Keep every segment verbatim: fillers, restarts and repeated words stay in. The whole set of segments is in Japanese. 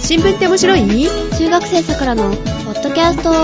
新聞って面白い？ 中学生さくらのポッドキャスト。こ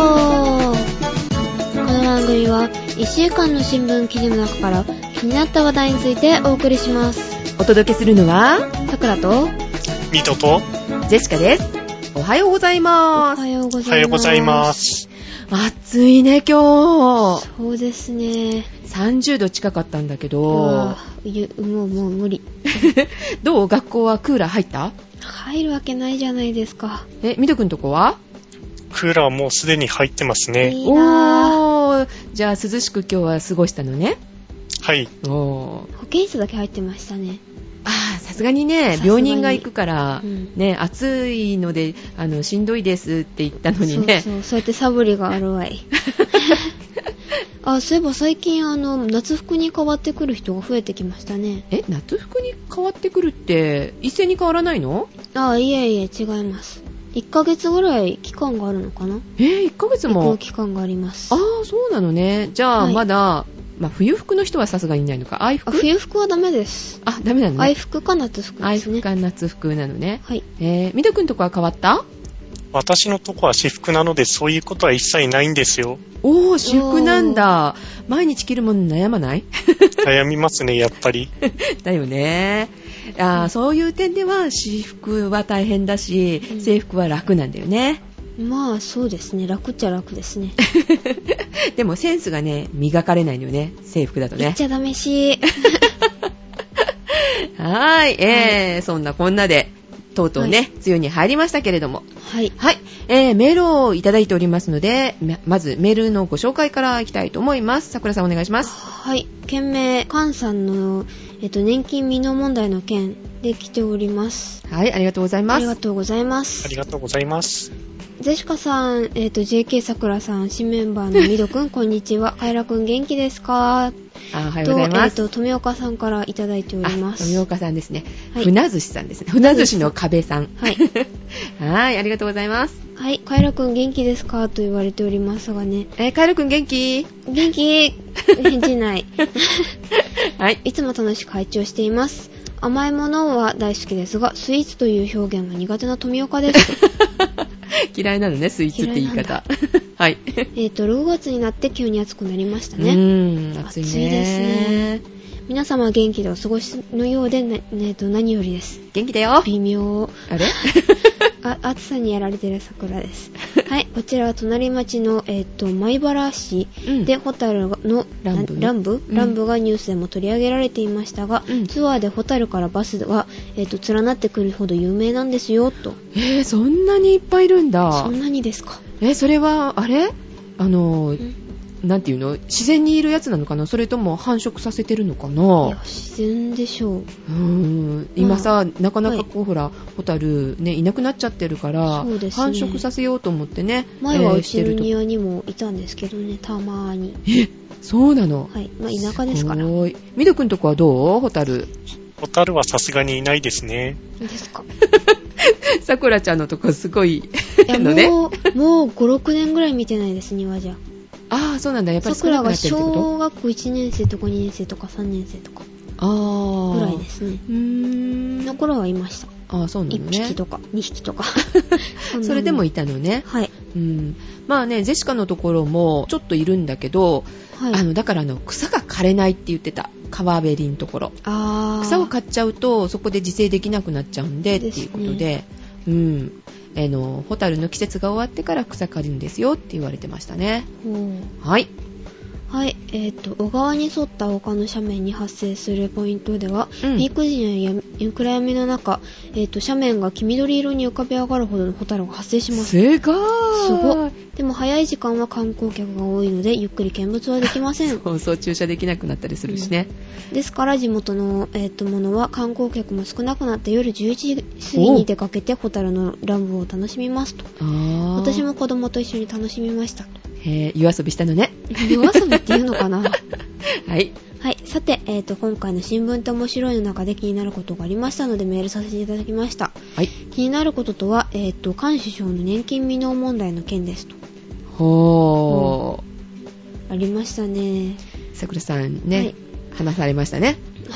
の番組はいっしゅうかんの新聞記事の中から気になった話題についてお送りします。 お届けするのはさくらとミトとジェシカです。おはようございます。 おはようございます。 おはようございます。 暑いね今日。 そうですね。 さんじゅうど近かったんだけど、 もうもう無理。 どう？学校はクーラー入った？ 入るわけないじゃないですか。 え、みどくんとこは？ クーラーもうすでに入ってますね。 いいな。 おー、じゃあ涼しく今日は過ごしたのね。 はい。 おー、 保健室だけ入ってましたね。 あー、さすがにね、病人が行くから、うん、ね、暑いのであのしんどいですって言ったのにね。 そうそう、そうやってサブリがあるわい。あ、そういえば最近あの夏服に変わってくる人が増えてきましたね。 え、夏服に変わってくるって一斉に変わらないの？ あ、いえいえ、違います。いっかげつぐらい期間があるのかな。 えー、いっかげつも移行期間があります。 ああ、そうなのね。じゃあ、はい、まだ、まあ、冬服の人はさすがにいないのか。愛服？ あ、冬服はダメです。 あ、ダメなのね。 愛服か夏服ですね。 愛服か夏服なのね。 はい。 えー、みどくんとこは変わった？ 私のとこは私服なのでそういうことは一切ないんですよ。 おー、私服なんだ。毎日着るもの悩まない？ 悩みますね、やっぱり。 だよね。あ、うん、そういう点では私服は大変だし、うん、制服は楽なんだよね。 まあそうですね、楽っちゃ楽ですね。 でもセンスがね磨かれないのよね、制服だとね。 言っちゃダメし。 はい、えー、はい、そんなこんなでとうとうね、はい、梅雨に入りましたけれども、 はい、 はい、えー、メールをいただいておりますので、まずメールのご紹介からいきたいと思います。さくらさんお願いします。 はい、件名カンさんの、えっと、年金未納問題の件で来ております。 はい、ありがとうございます。 ありがとうございます。 ありがとうございます。 ジェシカさん、えっと、ジェーケー さくらさん、新メンバーのミドくん、こんにちは。カエラくん元気ですか？ あ、おはようございます。 と、えっと、富岡さんからいただいております。 富岡さんですね。 はい、 船寿司さんですね。船寿司の壁さん。 はい。 はい、ありがとうございます。 はい、カエラくん元気ですかと言われておりますがね。 えー、カエラくん元気？ 元気返事ない。 はい。 いつも楽しく拝聴しています。甘いものは大好きですが、スイーツという表現が苦手な富岡です。 嫌いなのね、スイーツって言い方。はい。 えっと、ろくがつになって急に暑くなりましたね。 うーん、暑いね。 暑いですね。皆様元気でお過ごしのようで、ね、えっと、何よりです。 元気だよ。 微妙。 あれあ、暑さにやられてる桜です。はい、こちらは隣町の、えっと、米原市で、うん、ホタルのランブランブ、うん、ランブがニュースでも取り上げられていましたが、うん、ツアーでホタルからバスは、えっと、連なってくるほど有名なんですよ、と。 えー、そんなにいっぱいいるんだ。 そんなにですか。 えー、それは、あれあの、なんていうの、自然にいるやつなのかな、それとも繁殖させてるのかな。 いや、自然でしょう。うーん、今さ、まあ、なかなかこう、はい、ほらホタルねいなくなっちゃってるから、 そうですね、 繁殖させようと思ってね。 前はうちの庭にもいたんですけどね、たまーに。 え、そうなの。 はい、まあ、田舎ですから。 みどくんとこはどう？ホタル。 ホタルはさすがにいないですね。 ですか。 さくらちゃんのとこすごいのね。いや、もうもうご、ろくねんぐらい見てないです、庭じゃ。 ああ、そうなんだ。やっぱり少なくなってるってこと？ 小学校いちねん生とかにねん生とかさんねん生とかあぐらいですね。 うーん、 の頃はいました。 ああ、そうなのね。 いっぴきとかにひきとかそ, それでもいたのね。 はい。 うん、まあね、ジェシカのところもちょっといるんだけど、はい、あのだからあの草が枯れないって言ってた。川べりのところ。 あ、 草を刈っちゃうとそこで自生できなくなっちゃうんでっていうことで、ね、うん、あのホタルの季節が終わってから草刈るんですよって言われてましたね。 うん、 はい。 はい、えっと、小川に沿った丘の斜面に発生するポイントでは、 うん、 ピーク時や暗闇の中、えっと、斜面が黄緑色に浮かび上がるほどのホタルが発生します。 すごい。 すごい。でも早い時間は観光客が多いので、ゆっくり見物はできません。 そうそう、駐車できなくなったりするしね。 うん、ですから地元の、えっと、ものは観光客も少なくなって夜じゅういちじ過ぎに出かけてホタルの乱舞を楽しみますと。 あ、 私も子供と一緒に楽しみましたと。 へー、夜遊びしたのね。 夜遊びっていうのかな。 はい。 はい。さて、えっと、今回の新聞って面白いの中で気になることがありましたのでメールさせていただきました。 はい。 気になることとは、えっと、菅首相の年金未納問題の件ですと。 ほー。 うん、ありましたね。 さくらさんね、 はい、 話されましたね。 はい。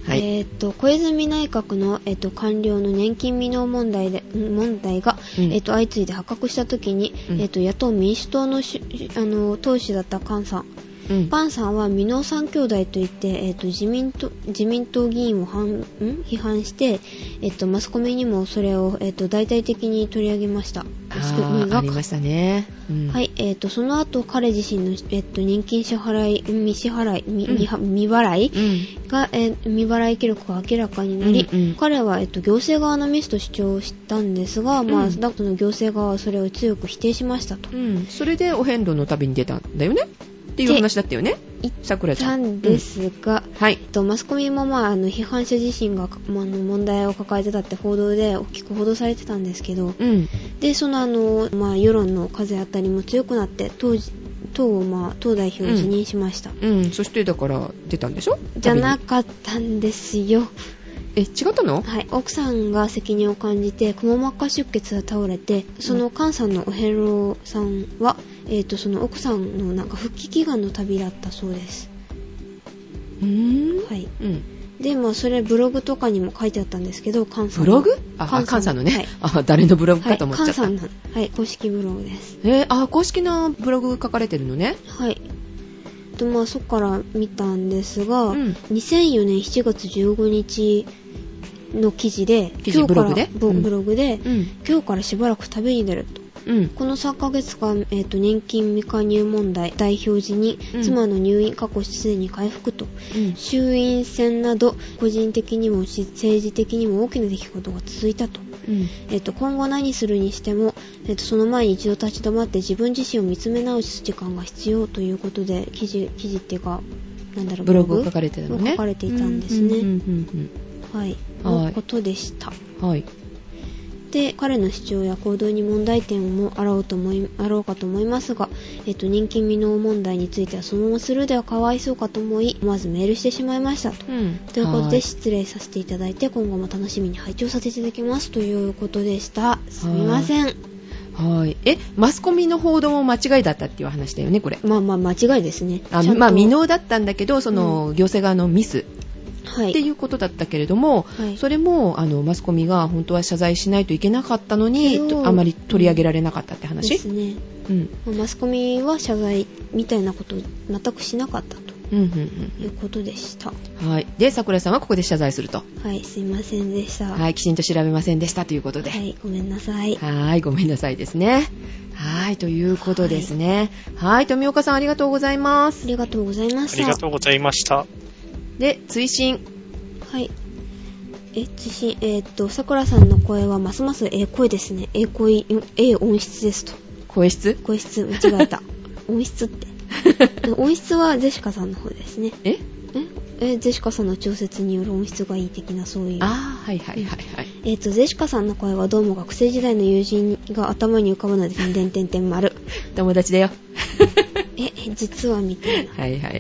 はい、 えっ、ー、と小泉内閣の、えー、と官僚の年金未納問題で問題が、うんえー、と相次いで発覚したときに、うんえー、と野党民主党のしあの党首だった菅さん、うん、パンさんは未納三兄弟といって、えー、と自民党自民党議員を反ん批判して、えー、とマスコミにもそれを、えー、と大々的に取り上げました。 あ, ありましたね、 うん、はい、えー、とその後彼自身の、えー、と年金支払い未支払い 未,、うん、未払い、うんがえー、未払い記録が明らかになり、うんうん、彼は、えー、と行政側のミスと主張したんですが、うんまあ、だとの行政側はそれを強く否定しましたと、 うん、それでお遍路の旅に出たんだよねっていう話だったよね。 桜ちゃんなんですが、うんはい、とマスコミも、まあ、あの批判者自身が、まあ、の問題を抱えてたって報道で大きく報道されてたんですけど、うん、でそのあの、まあ、世論の風当たりも強くなって当時党を、まあ、党代表を辞任しました、 うんうん、そしてだから出たんでしょ。 じゃなかったんですよ。 え、違ったの？ はい、奥さんが責任を感じてくも膜下出血が倒れて、その菅さんのお遍路さんは、えー、とその奥さんのなんか復帰祈願の旅だったそうです。 うーん、 はい、うん、でまあそれブログとかにも書いてあったんですけど、菅さんブログ？あ、菅さんのね、はい、あ、誰のブログかと思っちゃった。 菅さんの、はい、公式ブログです。 えー、あ、公式なブログ書かれてるのね。 はい。とまあそこから見たんですが、うん、にせんよねんしちがつじゅうごにちの記事で、 記事ブログで、 ブログで、うん、今日からしばらく旅に出ると、うん、このさんかげつかん、えー、と年金未加入問題代表時に、うん、妻の入院過去すでに回復と、うん、衆院選など個人的にも政治的にも大きな出来事が続いたと、うんえー、と今後何するにしても、えー、とその前に一度立ち止まって自分自身を見つめ直す時間が必要ということで、記事、記事っていうかなんだろう、 ブログを書かれてたのね、 書かれていたんですね、うんうんうんうん、はい、のことでした。はい。で、彼の主張や行動に問題点もあろうと思い、あろうかと思いますが、えっと、年金未納問題についてはそのままスルーではかわいそうかと思い、まずメールしてしまいましたと。うん、ということで失礼させていただいて、今後も楽しみに拝聴させていただきますということでした。すみません。 はい。え、マスコミの報道も間違いだったっていう話だよね、これ。 まあまあ間違いですね。 あ、まあ未納だったんだけど、その、うん、行政側のミス。はい、っていうことだったけれども、はい、それもあのマスコミが本当は謝罪しないといけなかったのにあまり取り上げられなかったって話、 ですね、うん、マスコミは謝罪みたいなことを全くしなかったと、うんうんうん、いうことでした。 はい。で、桜さんはここで謝罪すると。 はい、すいませんでした。 はい、きちんと調べませんでしたということで。 はい、ごめんなさい。 はい、ごめんなさいですね。はい、ということですね。はい、はい、富岡さんありがとうございます。 ありがとうございました。 ありがとうございました。 で、追伸。 はい。え、追伸、えー、っと、桜さんの声はますますええ声ですね。ええ声、ええ音質ですと。 声質？ 声質、間違えた。音質って。音質はジェシカさんの方ですね。 えええ、ジェシカさんの調節による音質がいい的なそういう。 ああ、はいはいはいはい。 えっ、ー、と、ジェシカさんの声はどうも学生時代の友人が頭に浮かぶので、てんてんてん丸。 友達だよ。 え、実はみたいな。 はいはい。はい。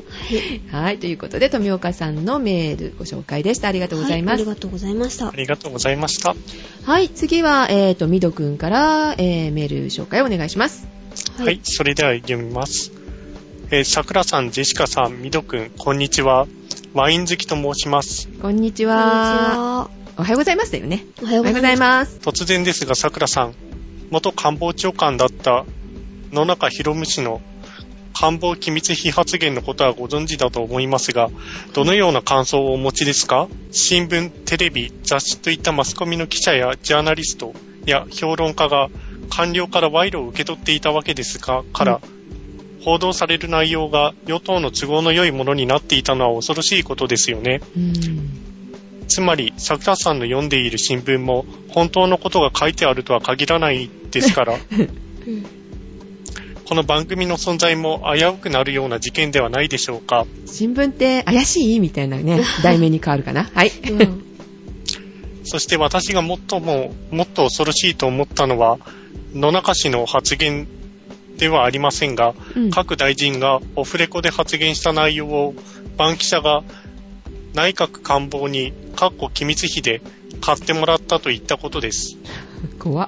はい。ということで、富岡さんのメールご紹介でした。ありがとうございます。はい、 ありがとうございました。 ありがとうございました。 はい。次は、えっ、ー、と、みどくんから、えー、メール紹介をお願いします。 はい。はい、それでは読みます。えー、桜さん、ジェシカさん、みどくん、こんにちは。ワイン好きと申します。 こんにちは。こんにちは。おはようございますだよね。 おはようございます。 突然ですが、桜さん、元官房長官だった野中博文氏の官房機密費発言のことはご存知だと思いますが、どのような感想をお持ちですか？新聞、テレビ、雑誌といったマスコミの記者やジャーナリストや評論家が官僚から賄賂を受け取っていたわけですが、から、うん、報道される内容が与党の都合の良いものになっていたのは恐ろしいことですよね。うん、つまり、桜さんの読んでいる新聞も本当のことが書いてあるとは限らないですから、うんこの番組の存在も危うくなるような事件ではないでしょうか。 新聞って怪しいみたいなね、題名に変わるかな。はい、うん。 そして私がもっとも、もっと恐ろしいと思ったのは、野中氏の発言ではありませんが、うん、各大臣がオフレコで発言した内容を、番記者が内閣官房に、かっこ機密費で買ってもらったといったことです。 怖っ。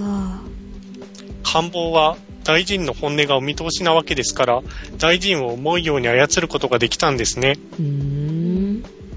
官房は、大臣の本音がお見通しなわけですから、大臣を思うように操ることができたんですね。うーん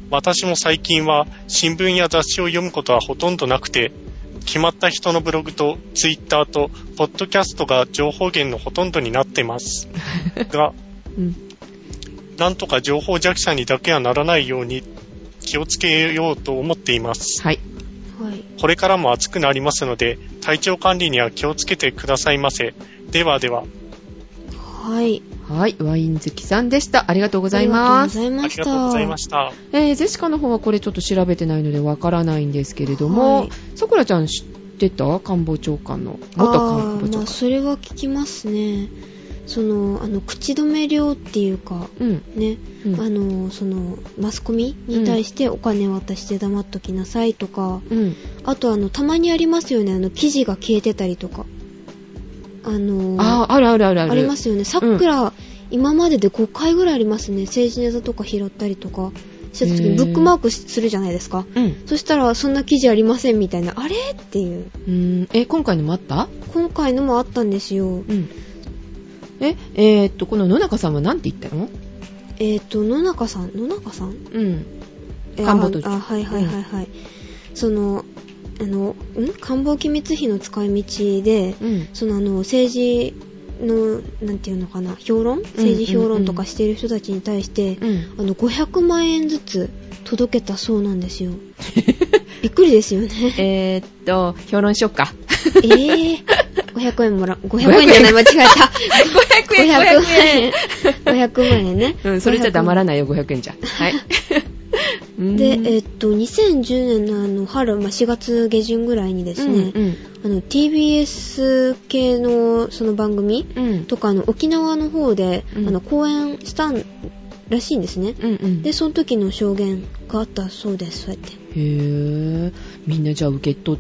私も最近は新聞や雑誌を読むことはほとんどなくて、決まった人のブログとツイッターとポッドキャストが情報源のほとんどになってますが、うん、なんとか情報弱者にだけはならないように気をつけようと思っています。 はい。 これからも暑くなりますので、体調管理には気をつけてくださいませ。ではでは。 はい。 はい、ワイン好きさんでした。ありがとうございます。 ありがとうございました。 えー、ゼシカの方はこれちょっと調べてないのでわからないんですけれども、さくらちゃん知ってた？官房長官の元官房長官。 あ、まあ、それは聞きますね。そのあの口止め料っていうか、うん、ね、うん、あのそのマスコミに対してお金渡して黙っときなさいとか、うん、あとあのたまにありますよね、あの記事が消えてたりとか。あのー、 あ, あるあるあるあるありますよね。さくら、うん、今まででごかいぐらいありますね。政治ネタとか拾ったりとかした時にブックマークするじゃないですか、うん、そしたらそんな記事ありませんみたいな、あれっていう。 うーん、え今回のもあった？ 今回のもあったんですよ、うん、 ええー、っとこの野中さんは何て言ったの？ えー、っと野中さん野中さんうん官房とあはいはいはいはい、うん、そのあのん官房機密費の使い道で、うん、そのあの政治のなんていうのかな、評論政治評論とかしている人たちに対して、うんうんうん、あのごひゃくまんえんずつ届けたそうなんですよびっくりですよね。 えーっと評論しよっかえーごひゃくえんもらごひゃくえんじゃない、間違えたごひゃくえんごひゃくえんごひゃくまんえんね、 うん、それじゃ黙らないよごひゃくえんじゃはいで、えっとにせんじゅうねんのあの春、まあ、しがつげじゅんぐらいにですね、うんうん、あの ティービーエス 系のその番組、うん、とかあの沖縄の方で、うん、あの講演したんらしいんですね、うんうん、でその時の証言があったそうです。そうやってへー、みんなじゃあ受け取って、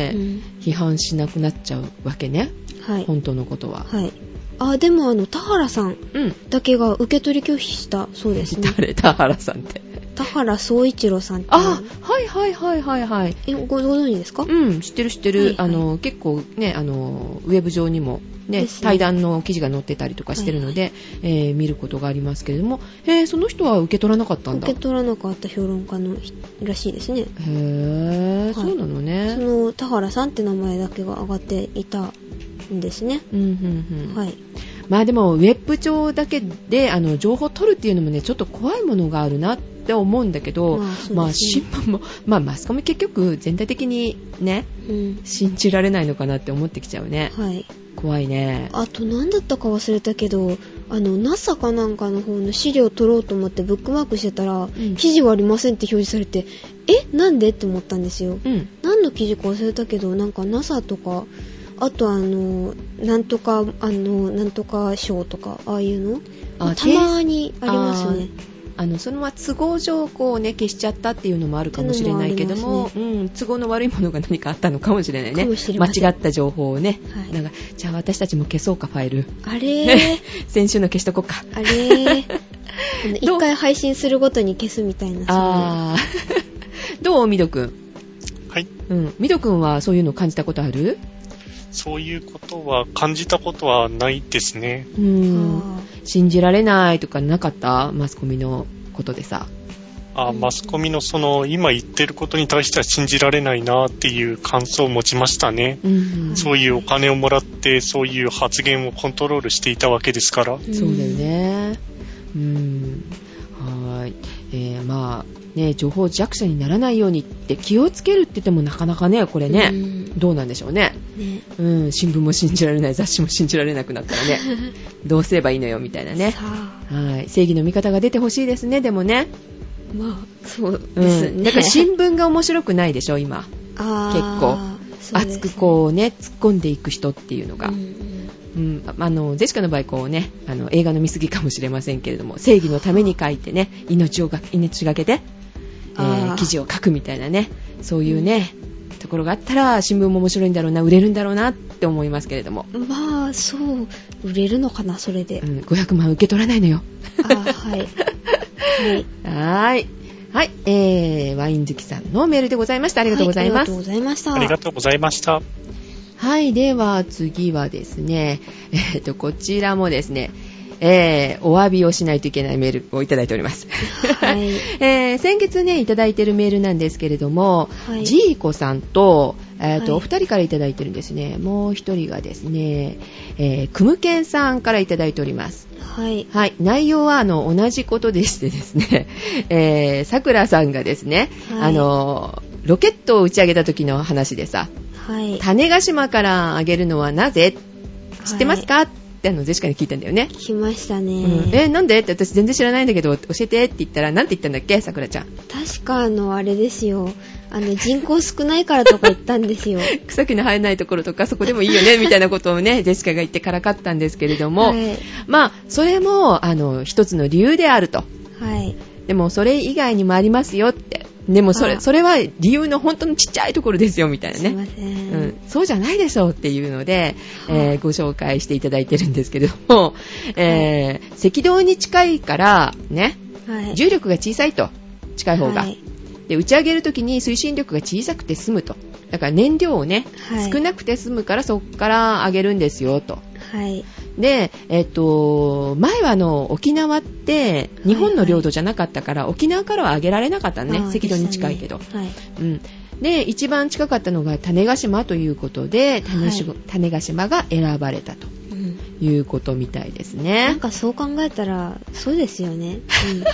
うん、批判しなくなっちゃうわけね、はい、本当のことは。 はい。あ、でもあの田原さんだけが受け取り拒否したそうですね。 誰？田原さんって田原総一郎さんって。 あ、はいはいはいはいはい。 え、ご、ご存知ですか？ うん、知ってる知ってる。はいはい、あの結構ね、あのウェブ上にもね、ね対談の記事が載ってたりとかしてるので、はいはい、えー、見ることがありますけれども、えー、その人は受け取らなかったんだ。 受け取らなかった評論家のらしいですね。へー、はい、そうなのね。 その田原さんって名前だけが上がっていたんですね。 うんうんうん。 はい。 まあでもウェブ上だけであの情報を取るっていうのもね、ちょっと怖いものがあるなって思うんだけど、まあ、ね、まあ新聞も、まあマスコミ結局全体的にね、うん、信じられないのかなって思ってきちゃうね。 はい。 怖いね。 あと何だったか忘れたけど、あの ナサ かなんかの方の資料を取ろうと思ってブックマークしてたら、うん、記事はありませんって表示されて、え、なんでって思ったんですよ。うん、何の記事か忘れたけど、なんか ナサ とか。あとあのなんとかあのなんとか賞とかああいうのあたまにありますよね。 あのそのまま都合上こうね消しちゃったっていうのもあるかもしれないけども、も、ね、うん、都合の悪いものが何かあったのかもしれないね。間違った情報をね、はい、なんかじゃあ私たちも消そうかファイル。 あれー先週の消しとこうか。 あれー一回配信するごとに消すみたいな。 あどうみどくん。 はい。 うん、みどくんはそういうの感じたことある？ そういうことは感じたことはないですね。 うーん、信じられないとかなかった？マスコミのことでさ。 あ、マスコミのその今言ってることに対しては信じられないなっていう感想を持ちましたね。うん、そういうお金をもらってそういう発言をコントロールしていたわけですから。 そうだよね。うん、はい、えー、まあね、情報弱者にならないようにって気をつけるって言ってもなかなかね、これね、うん、どうなんでしょう ね, ね、うん、新聞も信じられない、雑誌も信じられなくなったらねどうすればいいのよみたいなね。はい、正義の味方が出てほしいですね。でもね、 まあそうですね、 うん、だから新聞が面白くないでしょ今。あ結構、ね、熱くこうね突っ込んでいく人っていうのが、うんうん、あのジェシカの場合こうね、あの映画の見過ぎかもしれませんけれども、正義のために書いてね、命をが命がけでえー、記事を書くみたいなね、そういうね、うん、ところがあったら新聞も面白いんだろうな、売れるんだろうなって思いますけれども。 まあそう売れるのかなそれで、うん、 ごひゃくまん受け取らないのよ。 あはいはいはいはい、えー、ワイン好きさんのメールでございました。ありがとうございます。 はい、ありがとうございました。 ありがとうございました。 はい、では次はですね、えーとこちらもですね、 えー、お詫びをしないといけないメールをいただいております。はい。えー、先月ね、いただいているメールなんですけれども、はい、ジーコさんと、えーと、はい、お二人からいただいてるんですね。もう一人がですね、えー、クムケンさんからいただいております。はい。はい。内容は、あの、同じことでしてですね、えー、さくらさんがですね、はい、あの、ロケットを打ち上げた時の話でさ、はい。種子島から上げるのはなぜ知ってますか、はい、ってあの、ジェシカに聞いたんだよね。 聞きましたね。 うん、えー、なんでって私全然知らないんだけど、教えてって言ったら、なんて言ったんだっけ、さくらちゃん。 確かあの、あれですよ。あの、人口少ないからとか言ったんですよ。 草木の生えないところとかそこでもいいよねみたいなことをね、ジェシカが言ってからかったんですけれども、はい、まあそれもあの一つの理由であると。はい。でもそれ以外にもありますよって。でもそれそれは理由の本当のちっちゃいところですよみたいなね。すいません。うん、そうじゃないでしょうっていうので、はい、えー、ご紹介していただいてるんですけれども、えー、赤道に近いからね、はい、重力が小さいと近い方が。はい、で打ち上げるときに推進力が小さくて済むと。だから燃料をね、はい、少なくて済むからそこから上げるんですよと。はい。で、えっと、前はあの、沖縄って日本の領土じゃなかったから、はいはい、沖縄からは上げられなかったね。赤道に近いけど。はい。うん。で、一番近かったのが種子島ということで、種, はい、種子島が選ばれたと。いうことみたいですね。 なんかそう考えたら、そうですよね。うん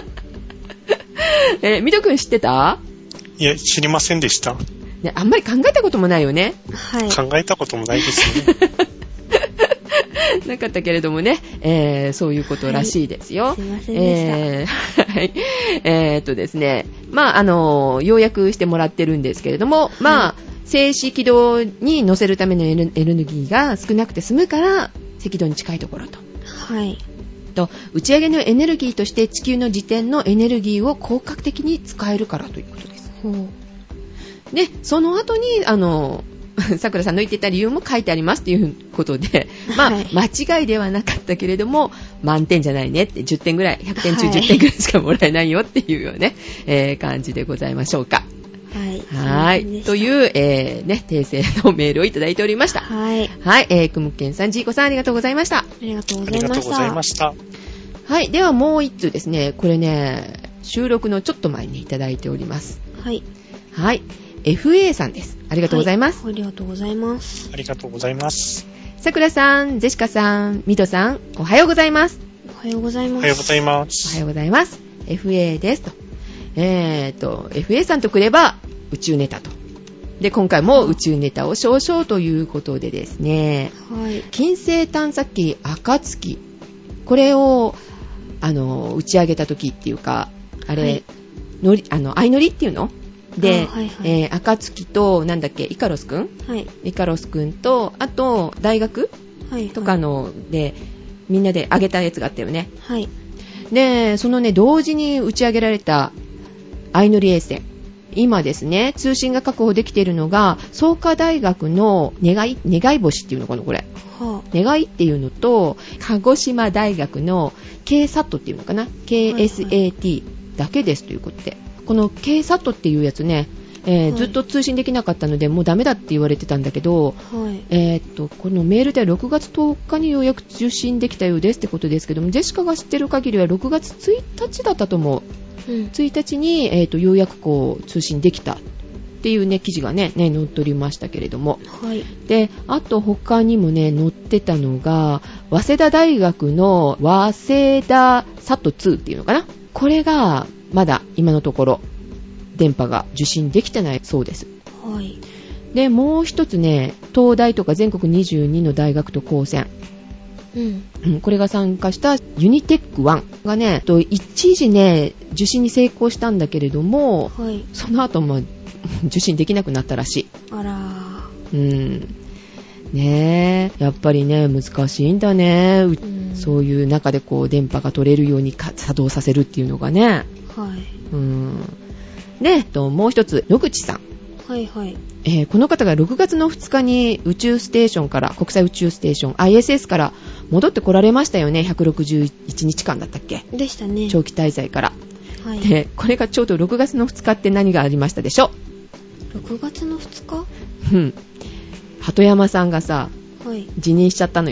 えー、みどくん知ってた？ いや、知りませんでした。 ね、あんまり考えたこともないよね。 はい。考えたこともないですね。 なかったけれどもね、えー、そういうことらしいですよ。はい、 すいませんでした。 えー、はい。えーっとですね、まあ、あの、要約してもらってるんですけれども、はい、まあ、静止軌道に乗せるためのエネルギーが少なくて済むから、赤道に近いところと。はい。と打ち上げのエネルギーとして地球の時点のエネルギーを効果的に使えるからということです。ほうで、その後にあのさくらさんの言ってた理由も書いてありますということで、まあ、はい、間違いではなかったけれども満点じゃないねってじゅってんぐらいひゃくてん中じゅってんぐらいしかもらえないよっていうよね、えー、感じでございましょうか。はい。はい。という、えー、ね、訂正のメールをいただいておりました。はい。はい。えー、くむけんさん、じーこさん、ありがとうございました。ありがとうございました。ありがとうございました。 はい。では、もう一通ですね。これね、収録のちょっと前にいただいております。はい。はい。エフエー さんです。ありがとうございます。 はい、ありがとうございます。 ありがとうございます。 さくらさん、ジェシカさん、ミドさん、おはようございます。 おはようございます。 おはようございます。 おはようございます。エフエー ですと。えーと、エフエー さんとくれば、宇宙ネタと。で、今回も宇宙ネタを少々ということでですね、はい、金星探査機暁、これをあの打ち上げた時っていうか、あれ、はい、のりあの相乗りっていうので、はいはい、えー、暁となんだっけ、イカロスくん、はい、イカロスくんとあと大学、はいはい、とかのでみんなで上げたやつがあったよね。はい、で、そのね同時に打ち上げられた相乗り衛星。今ですね、通信が確保できているのが創価大学の願い願い星っていうのかなこれ、はあ、願いっていうのと鹿児島大学の ケーサット っていうのかな ケーエスエーティー だけですということで、この ケーサット っていうやつね、えーはい、ずっと通信できなかったのでもうダメだって言われてたんだけど、はい、えー、っとこのメールではろくがつとおかにようやく受信できたようですってことですけども、ジェシカが知ってる限りはろくがつついたちだったと思う。うん、ついたちに、えー、とようやくこう通信できたっていう、ね、記事が、ねね、載っておりましたけれども、はい、であと他にも、ね、載ってたのが早稲田大学の早稲田サトツーっていうのかな、これがまだ今のところ電波が受信できてないそうです。はい、でもう一つね、東大とか全国にじゅうにの大学と高専、うんうん、これが参加したユニテックワンがね、一時ね受信に成功したんだけれども、はい、その後も受信できなくなったらしい。あらー、うんねえ、やっぱりね難しいんだね、うん、そういう中でこう電波が取れるように作動させるっていうのがね。はい、うん、でともう一つ野口さん、はいはい、えー、この方がろくがつのふつかに宇宙ステーションから国際宇宙ステーション アイエスエス から戻ってこられましたよね。ひゃくろくじゅういちにちかんだったっけでしたね、 長期滞在から、はい、でこれがちょうどろくがつのふつかって何がありましたでしょう。ろくがつのふつか、 うん、鳩山さんがさ、はい、辞任しちゃったのよ。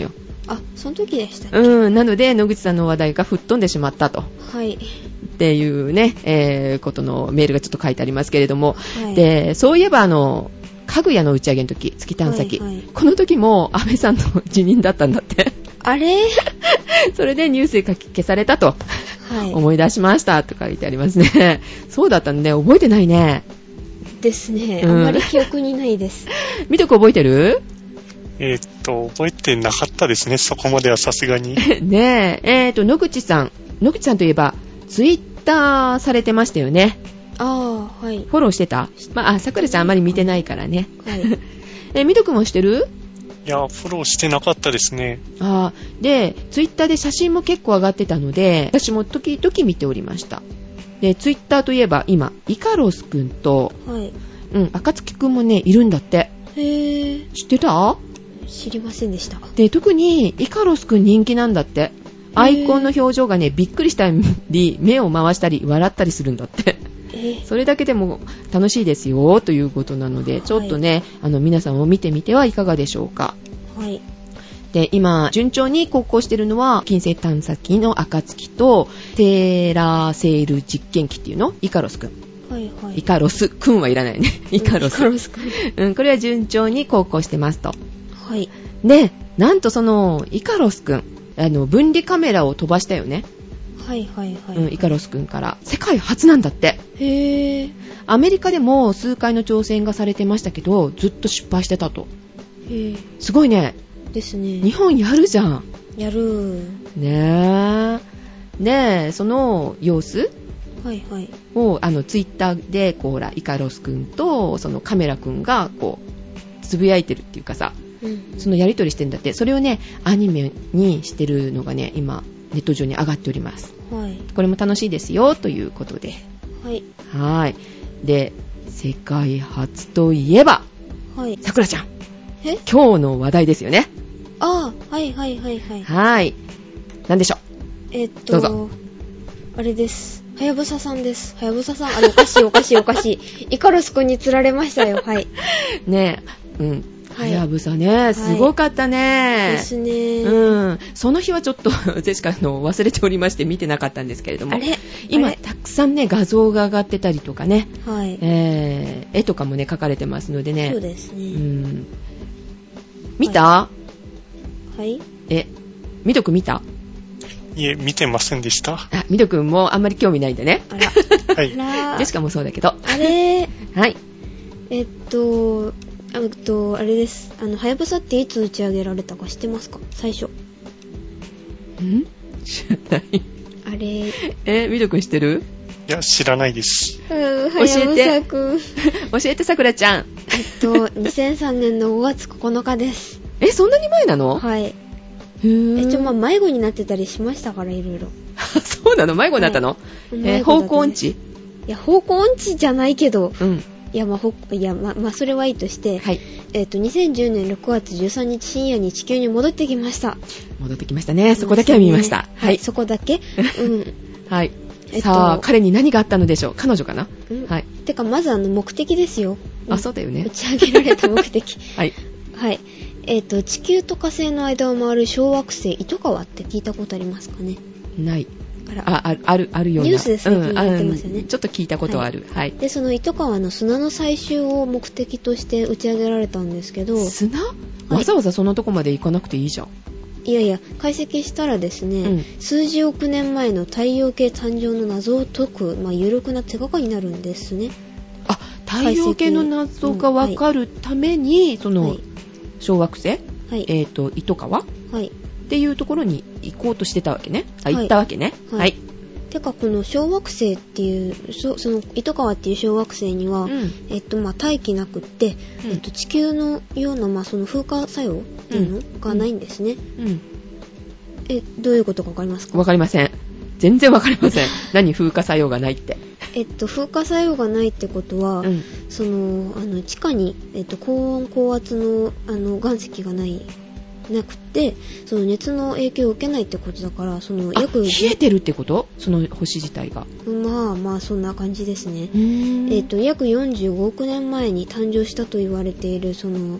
あ、その時でしたっけ。 うん、なので野口さんの話題が吹っ飛んでしまったと。 はい。 っていうね、えー、ことのメールがちょっと書いてありますけれども、 はい、 で、そういえばあの、かぐやの打ち上げの時、月探査機、はいはい、この時も安倍さんの辞任だったんだって。 あれそれでニュースで書き消されたと、はい、思い出しましたと書いてありますね。そうだったんで、ね、覚えてないね。 ですね。あんまり記憶にないです。 みとこ覚えてる？ えー、っと、覚えてなかったですね。そこまではさすがに。 ねえ、えー、っと、野口さん。野口さんといえば、ツイッターされてましたよね。 ああ、はい。 フォローしてた？まあ、あ、さくらちゃんあんまり見てないからね。 はい。 え、みとくんもしてる？ いや、フォローしてなかったですね。 ああ、で、ツイッターで写真も結構上がってたので、私も時々見ておりました。で、ツイッターといえば、今、イカロスくんと、 はい。 うん、赤月くんもね、いるんだって。 へー。 知ってた？ 知りませんでした。 で、特に、イカロスくん人気なんだって。アイコンの表情がね、びっくりしたり、目を回したり、笑ったりするんだって。それだけでも楽しいですよ、ということなので、ちょっとね、はい、あの、皆さんも見てみてはいかがでしょうか。 はい。 で、今、順調に航行しているのは、金星探査機の暁と、テーラーセール実験機っていうの？イカロスくん。 はいはい。 イカロスくんはいらないね。イカロス。 イカロスくん。 うん、これは順調に航行してますと。 はい。 で、なんとその、イカロスくん、あの、分離カメラを飛ばしたよね。 はいはいはい、 うん、イカロスくんから。世界初なんだって。 へー。 アメリカでも数回の挑戦がされてましたけど、ずっと失敗してたと。 へー。 すごいね。 ですね。 日本やるじゃん。 やる。 ねえ。で、その様子はいはい。 を、あの、ツイッターで、こう、ほら、イカロスくんと、そのカメラくんが、こう、つぶやいてるっていうかさ、うん、そのやりとりしてんだって。それをね、アニメにしてるのがね、今、ネット上に上がっております。 はい。 これも楽しいですよ、ということで。 はい。 はい。で、世界初といえば、 はい。 さくらちゃん。 え？ 今日の話題ですよね。 ああ、はいはいはいはい。 はい。何でしょう？ えっと、 どうぞ。 あれです。はやぶささんです。はやぶささん、あの、おかしいおかしいおかしい。イカロスくんに釣られましたよ。はい。 ねえ、うん。はやぶさね、すごかったね。 ですね。 うん。その日はちょっと、ジェシカの忘れておりまして見てなかったんですけれども。 あれ今、たくさんね、画像が上がってたりとかね。 はい。 えー、絵とかもね、描かれてますのでね。 そうですね。 うん。見た？ はい。はい、 え、みどく見た？ いえ、見てませんでした。 あ、みどくんもあんまり興味ないんだね。 あら。 はい。 ジェシカもそうだけど。 あれはい。 えっと、あと、あれです。あの、はやぶさっていつ打ち上げられたか知ってますか？最初。 ん？知らない。 あれ。 え、みどくん知ってる？ いや、知らないです。 うん、はやぶさくん。 教えて、さくらちゃん。 えっと、にせんさんねんのごがつここのかです。 え、そんなに前なの？ はい。 へー。 え、ちょ、まあ、迷子になってたりしましたから、いろいろ。 そうなの？迷子になったの？はい、えー、方向音痴？ いや、方向音痴じゃないけど。 うん。 いや、まあ、ほ、いや、まあ、まあ、それはいいとして。 はい。 えっと、にせんじゅうねんろくがつじゅうさんにち深夜に地球に戻ってきました。 戻ってきましたね。そこだけは見ました。 はい。そこだけうん。 はい。えっと、さあ、彼に何があったのでしょう？彼女かな？ うん、 はい。 てか、まずあの、目的ですよ。 あ、そうだよね。 打ち上げられた目的。 はい。 はい。えっと、地球と火星の間を回る小惑星、糸川って聞いたことありますかね？ ない。あ、ある、ある、あるような。 ニュースで最近やってますよね、 うん。ちょっと聞いたことはある。はい。はい、 で、その糸川の砂の採集を目的として打ち上げられたんですけど。 砂？わざわざそのとこまで行かなくていいじゃん。 いやいや、解析したらですね、うん、数十億年前の太陽系誕生の謎を解く、まあ、有力な手がかりになるんですね。 あ、太陽系の謎がわかるために、うん、その、はい、小惑星、はい、えっと、糸川、はい、っていうところに行こうとしてたわけね。あ、行ったわけね。はい。はい、 てか、この小惑星っていう、そ, その糸川っていう小惑星には、うん、えっと、まあ、大気なくって、うん、えっと、地球のような、まあ、その風化作用っていうのがないんですね。うん。うん、え、どういうことかわかりますか？ わかりません。全然わかりません。何、風化作用がないって。 えっと、風化作用がないってことは、うん、その、あの、地下に、えっと、高温高圧の、あの、岩石がない、なくて、その熱の影響を受けないってことだから、その約冷えてるってこと？その星自体が。 まあまあそんな感じですね。えっと約よんじゅうごおくねんまえに誕生したと言われているその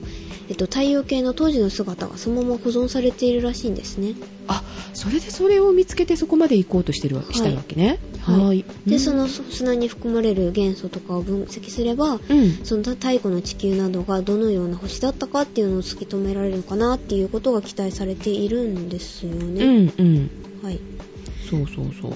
えっと、太陽系の当時の姿がそのまま保存されているらしいんですね。 あ、それでそれを見つけてそこまで行こうとしてるわけ、はい、したわけね。 はい。はい、で、その砂に含まれる元素とかを分析すれば、うん、その太古の地球などがどのような星だったかっていうのを突き止められるかなっていうことが期待されているんですよね。 うんうん。 はい。 そうそうそう。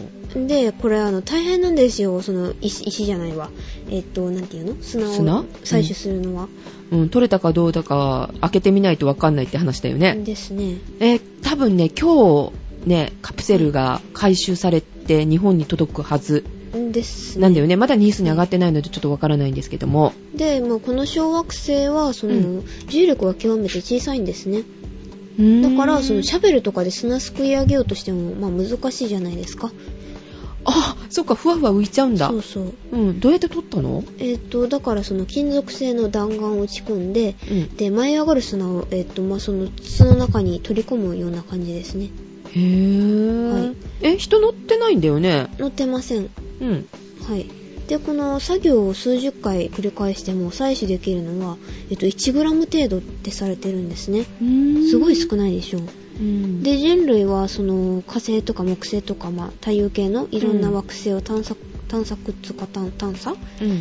で、これあの大変なんですよ。その 石, 石じゃないわ。えっとなんていうの？砂を採取するのは。 うん、うん、取れたかどうだか開けてみないと分かんないって話だよね。 ですね。 えー、多分ね今日ねカプセルが回収されて日本に届くはず。 ですね、 なんだよね。まだニュースに上がってないのでちょっとわからないんですけども。 で、まあ、この小惑星はその、うん、重力が極めて小さいんですね。だからそのシャベルとかで砂すくい上げようとしてもまあ難しいじゃないですか。 あ、そっか、ふわふわ浮いちゃうんだ。 そうそう。 うん、どうやって取ったの？ えっとだからその金属製の弾丸を打ち込んで、うん、で舞い上がる砂をえっとまあその筒の中に取り込むような感じですね。 へー。はい。え、人乗ってないんだよね？ 乗ってません。 うん。 はい。で、この作業を数十回繰り返しても採取できるのは、えっと、いちグラム程度ってされてるんですね。うーん、すごい少ないでしょう。うん、で、人類はその火星とか木星とか、まあ、太陽系のいろんな惑星を探索、うん、探索つか探査、うん、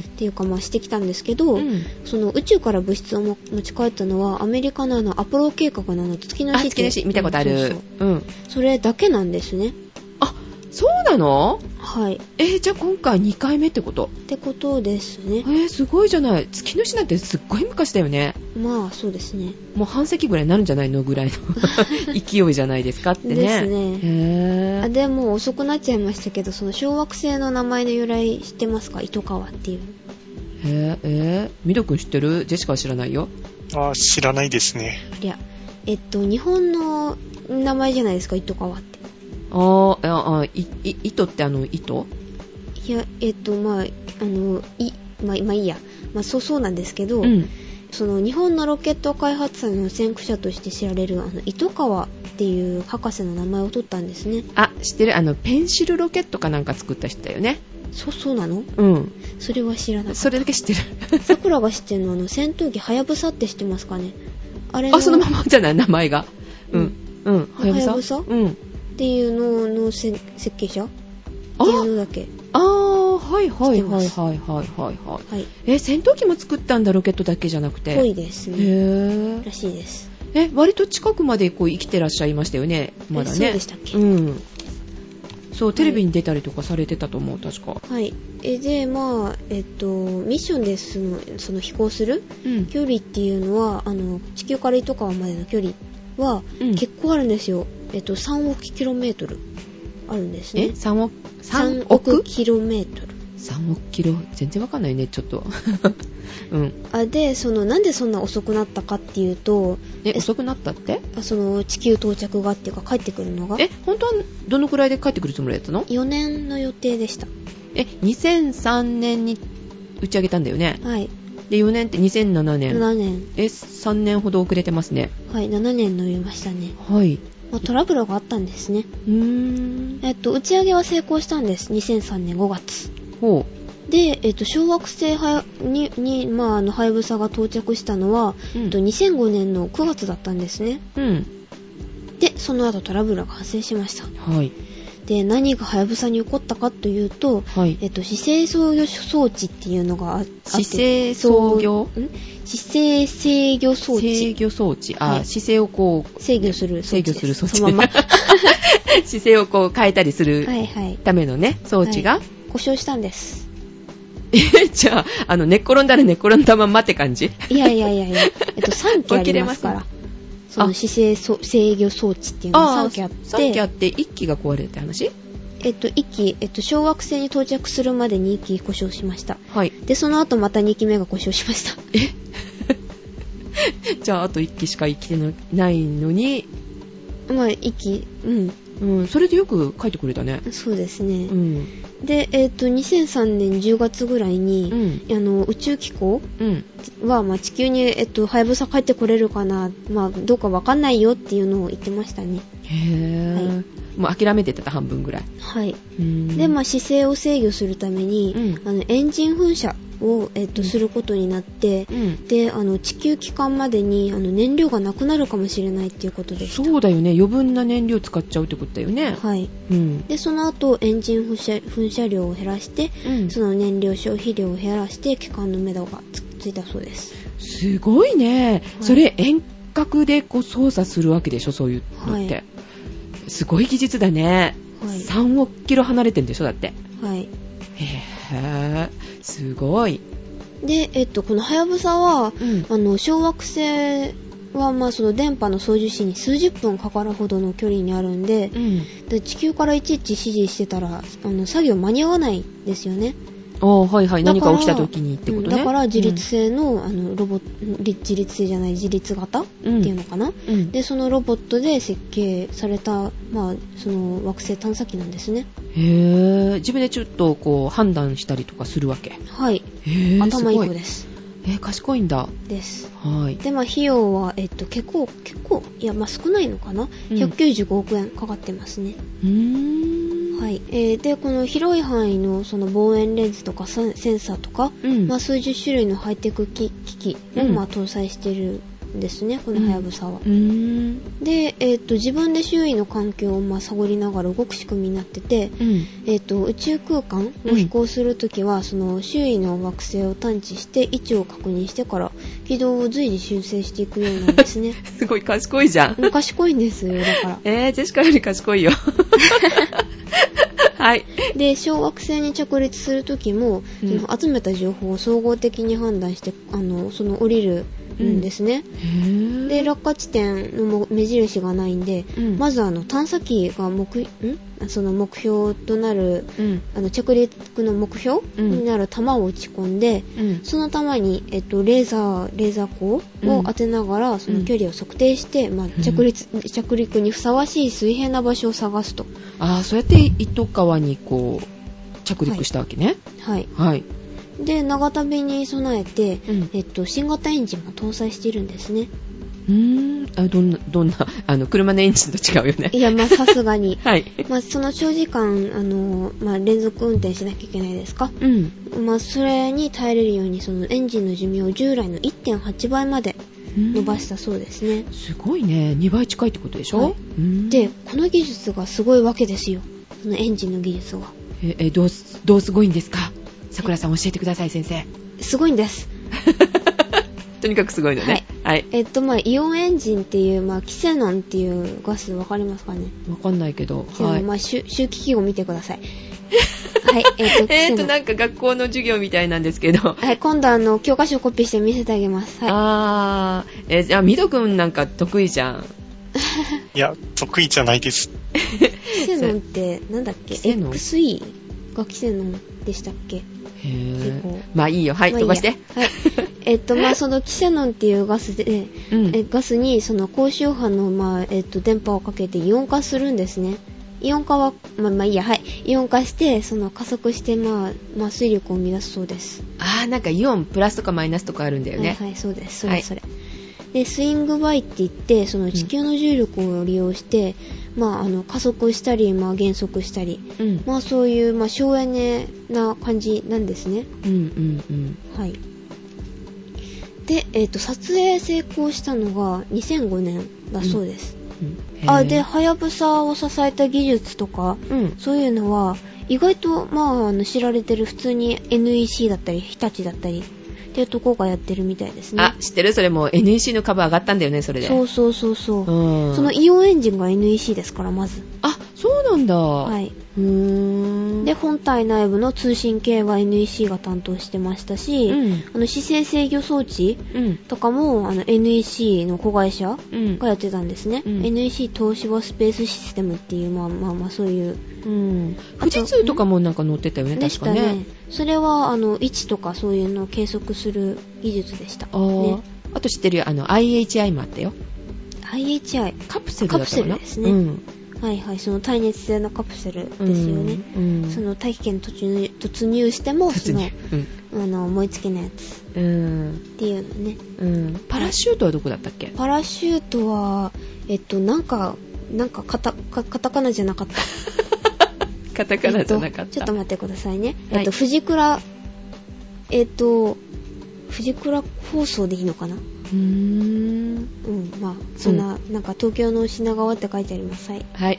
っていうか、まあ、してきたんですけど、うん、その宇宙から物質を持ち帰ったのはアメリカのあのアポロ計画のあの月の石って、 月の石見たことある。そうそう、うん、 それだけなんですね。 あ、そうなの？ はい。 えー、じゃあ今回にかいめってこと？ ってことですね。えー、すごいじゃない。月の石なんてすっごい昔だよね。 まあそうですね。 もう半世紀ぐらいになるんじゃないのぐらいの勢いじゃないですかってね。 ですね。へー。あ、でも遅くなっちゃいましたけど、その小惑星の名前の由来知ってますか？糸川っていう。 へー、えー、ミド君知ってる？ジェシカは知らないよ。 あ、知らないですね。 いや、えっと日本の名前じゃないですか、糸川って。 あーあ、い、い、糸ってあの糸？ いや、えっと、まあ、あの、い、まあ、まあいいや。まあ、そうそうなんですけど、うん、その日本のロケット開発者の先駆者として知られる、あの、糸川っていう博士の名前を取ったんですね。 あ、知ってる？あの、ペンシルロケットかなんか作った人だよね。 そう、そうなの？ うん。 それは知らなかった。 それだけ知ってる。 桜が知ってるのは、あの、戦闘機はやぶさって知ってますかね？あれの。 あ、そのままじゃない、名前が。うん。うん。はやぶさ？うん。 っていうのの設計者っていうのだけ。 ああ、はいはいはいはいはいはいはい。え、戦闘機も作ったんだ、ロケットだけじゃなくて。 ぽいですね。へー。らしいです。 え、割と近くまでこう生きてらっしゃいましたよね、まだね。 そうでしたっけ？ うん。そう、テレビに出たりとかされてたと思う、確か。 はい。え、で、まあ、えっと、ミッションでその、その飛行する距離っていうのは、うん、あの、地球から糸川までの距離は、結構あるんですよ。えっと、さんおくキロメートルあるんですね。 え ?さん 億、 さんおくキロメートル。 さんおくキロ、全然わかんないね、ちょっと。うん。 あ、で、その、なんでそんな遅くなったかっていうと、 え、遅くなったって？ あ、その、地球到着がっていうか、帰ってくるのが。 え、本当はどのくらいで帰ってくるつもりだったの？ よねんの予定でした。 え、にせんさんねんに打ち上げたんだよね。 はい。 で、よねんってにせんななねん。 ななねん。 え、さんねんほど遅れてますね。 はい、ななねん乗りましたね。 はい。 まあ、トラブルがあったんですね。 うーん。 えっと、打ち上げは成功したんです。にせんさんねんごがつ。 ほう。で、えっと、小惑星はに、に、まあ、あの、はやぶさが到着したのは、うん、えっと、にせんごねんのくがつだったんですね。 うん。 で、その後トラブルが発生しました。 はい。 で、何がはやぶさに起こったかというと、はい、えっと、姿勢制御装置っていうのがあって、 姿勢操業？ ん姿勢制御装置。 制御装置。あ、はい、姿勢をこう、 制御する装置。 制御する装置。 そのまま。 姿勢をこう変えたりするためのね、はいはい、装置が、はい、 故障したんです。 え、じゃあ、あの、寝っ転んだら寝っ転んだまんまって感じ？ いやいやいやいや、えっと、さんきありますから。その姿勢制御装置っていうのがさんきあって。 さんきあっていっきが壊れるって話？ えっと、いっき、えっと、小惑星に到着するまでにいっき故障しました。 はい。 で、その後またにきめが故障しました。 えじゃあ、あといっきしか生きてないのに。 まあ、いっき、うん。 うん、それでよく書いてくれたね。 そうですね。 うん。 で、えっと、にせんさんねんじゅうがつぐらいに、うん、あの、宇宙機構は、うん、まあ、地球に、えっと、はやぶさ帰ってこれるかな、まあ、どうかわかんないよっていうのを言ってましたね。 へー。はい。もう諦めてた半分ぐらい。 はい。で、まあ、姿勢を制御するために、うん、あの、エンジン噴射を、えっと、することになって、うん、であの地球帰還までにあの燃料がなくなるかもしれないっていうことでした。 そうだよね、余分な燃料使っちゃうってことだよね。 はい、うん、でその後エンジン噴射、噴射量を減らして、うん、その燃料消費量を減らして帰還の目処が つ, ついたそうです。 すごいね、はい、それ遠隔でこう操作するわけでしょ、そういうのって、はい、すごい技術だね、はい、さんおくキロ離れてるんでしょ、だって。 はい。 へー、すごい。 で、えっと、このはやぶさは、うん、あの小惑星は、まあ、その電波の送受信に数十分かかるほどの距離にあるんで、うん、で地球からいちいち指示してたらあの作業間に合わないんですよね。 ああ、はいはい、何か起きた時にってことね。 だから自律性の、うん、あのロボ自律性じゃない自律型、うん、っていうのかな、うん、でそのロボットで設計された、まあ、その惑星探査機なんですね。 へえ、自分でちょっとこう判断したりとかするわけ。 はい。 へえ、 頭いい子です。 えー、賢いんだ。 です。 はい。 で、まあ費用はえっと結構結構いやまあ少ないのかな、うん、ひゃくきゅうじゅうごおくえんかかってますね。 うーん。 はい、えー、でこの広い範囲のその望遠レンズとかセンサーとか、うん、まあ、数十種類のハイテク機器を、うんまあ、搭載しているんですね、このはやぶさは。 うん、 で、えー、と自分で周囲の環境をまあ探りながら動く仕組みになってて、うんえー、と宇宙空間を飛行するときは、うん、その周囲の惑星を探知して位置を確認してから軌道を随時修正していくようなんですね。 すごい賢いじゃん。 賢いんですよ、だから。 えー、ジェシカより賢いよ。はい。 で、小惑星に着陸するときも、うん、その集めた情報を総合的に判断して、あの、その降りるんですね。 うん、 で、落下地点の目印がないんで、うん、まずあの探査機が目、んその目標となる、うん、あの着陸の目標、うん、になる弾を打ち込んで、うん、その弾に、えっと、レーザー、レーザー光を当てながら、その距離を測定して、まあ、着陸、着陸にふさわしい水平な場所を探すと。 ああ、そうやって糸川にこう着陸したわけね。 はい。 はい。はい、 で、長旅に備えて、うんえっと、新型エンジンも搭載しているんですね。 うーん、あ、どんな、どんな、あの、車のエンジンと違うよね。 いや、まあ、さすがに。 はい。 まあ、その長時間、あの、まあ、連続運転しなきゃいけないですか。 うん。 まあ、それに耐えれるように、そのエンジンの寿命を従来の いってんはちばいまで伸ばしたそうですね。 すごいね。にばい近いってことでしょ、はい、 で、この技術がすごいわけですよ。そのエンジンの技術が。 え、え、どう、どうすごいんですか？さくらさん教えてください、先生。 すごいんです。 とにかくすごいのね。はい。はい、 えっと、まあ、イオンエンジンっていう、まあ、キセノンっていうガスわかりますかね？ わかんないけど。 はい。まあ、周期記号見てください。はい。えっと、 えっと、なんか学校の授業みたいなんですけど。 はい。今度あの、教科書コピーして見せてあげます。はい。 あー、えー、じゃあ、ミドくんなんか得意じゃん。 いや、得意じゃないです。 キセノンってなんだっけ？ エックスイー がキセノンでしたっけ？ へー。まあいいよ。はい、まあ、いい飛ばして。はい。 えっと、まあ、そのキセノンっていうガスで、うん、えガスにその高周波の、まあ、えっと、電波をかけてイオン化するんですね。イオン化は、まあ、まあいいや、はい。イオン化して、その加速して、まあ、まあ、水力を生み出すそうです。 あー、なんかイオンプラスとかマイナスとかあるんだよね。 はい、はい、そうです。それそれ。はい、で、スイングバイって言って、その地球の重力を利用して、うん、まあ、あの、加速したり、まあ、減速したり、うん、まあ、そういう、まあ、省エネな感じなんですね。 うんうんうん。 はい。で、えっと、撮影成功したのがにせんごねんだそうです。うんうん、あ、で、はやぶさを支えた技術とか、うん、そういうのは、意外と、まあ、あの知られてる普通に エヌイーシー だったり、日立だったり、っていうとこがやってるみたいですね。 あ、知ってる？それも エヌイーシー の株上がったんだよね、それで。 そうそうそうそう。うん、そのイオンエンジンが エヌイーシー ですから、まず。 あ、そうなんだ。 はい。うーん。で、本体内部の通信系は エヌイーシー が担当してましたし、うん、あの姿勢制御装置とかも、あの エヌイーシー の子会社がやってたんですね。うん、エヌイーシー 東芝スペースシステムっていう、まあまあまあそういう。 うん。富士通とかもなんか載ってたよね、確かね。でしたね。 それは、あの、位置とかそういうのを計測する技術でした。 あ、ね、あと知ってるよ、あの、アイエイチアイ もあったよ。 アイエイチアイ？ カプセルだったかな？ カプセルですね。うん、はいはい、その耐熱性のカプセルですよね。うんうん、その大気圏突入、突入しても、その、うん、あの、燃え尽きないやつ。うん。っていうのね。 うん。パラシュートはどこだったっけ？ パラシュートは、えっと、なんか、なんかカタ、カタカナじゃなかった。 カタカナじゃなかった。 えっと、ちょっと待ってくださいね。はい、えっと、藤倉えっ、ー、と藤倉放送でいいのかな。うーん、うん、まあそんな、うん、なんか東京の品川って書いてあります。はいはい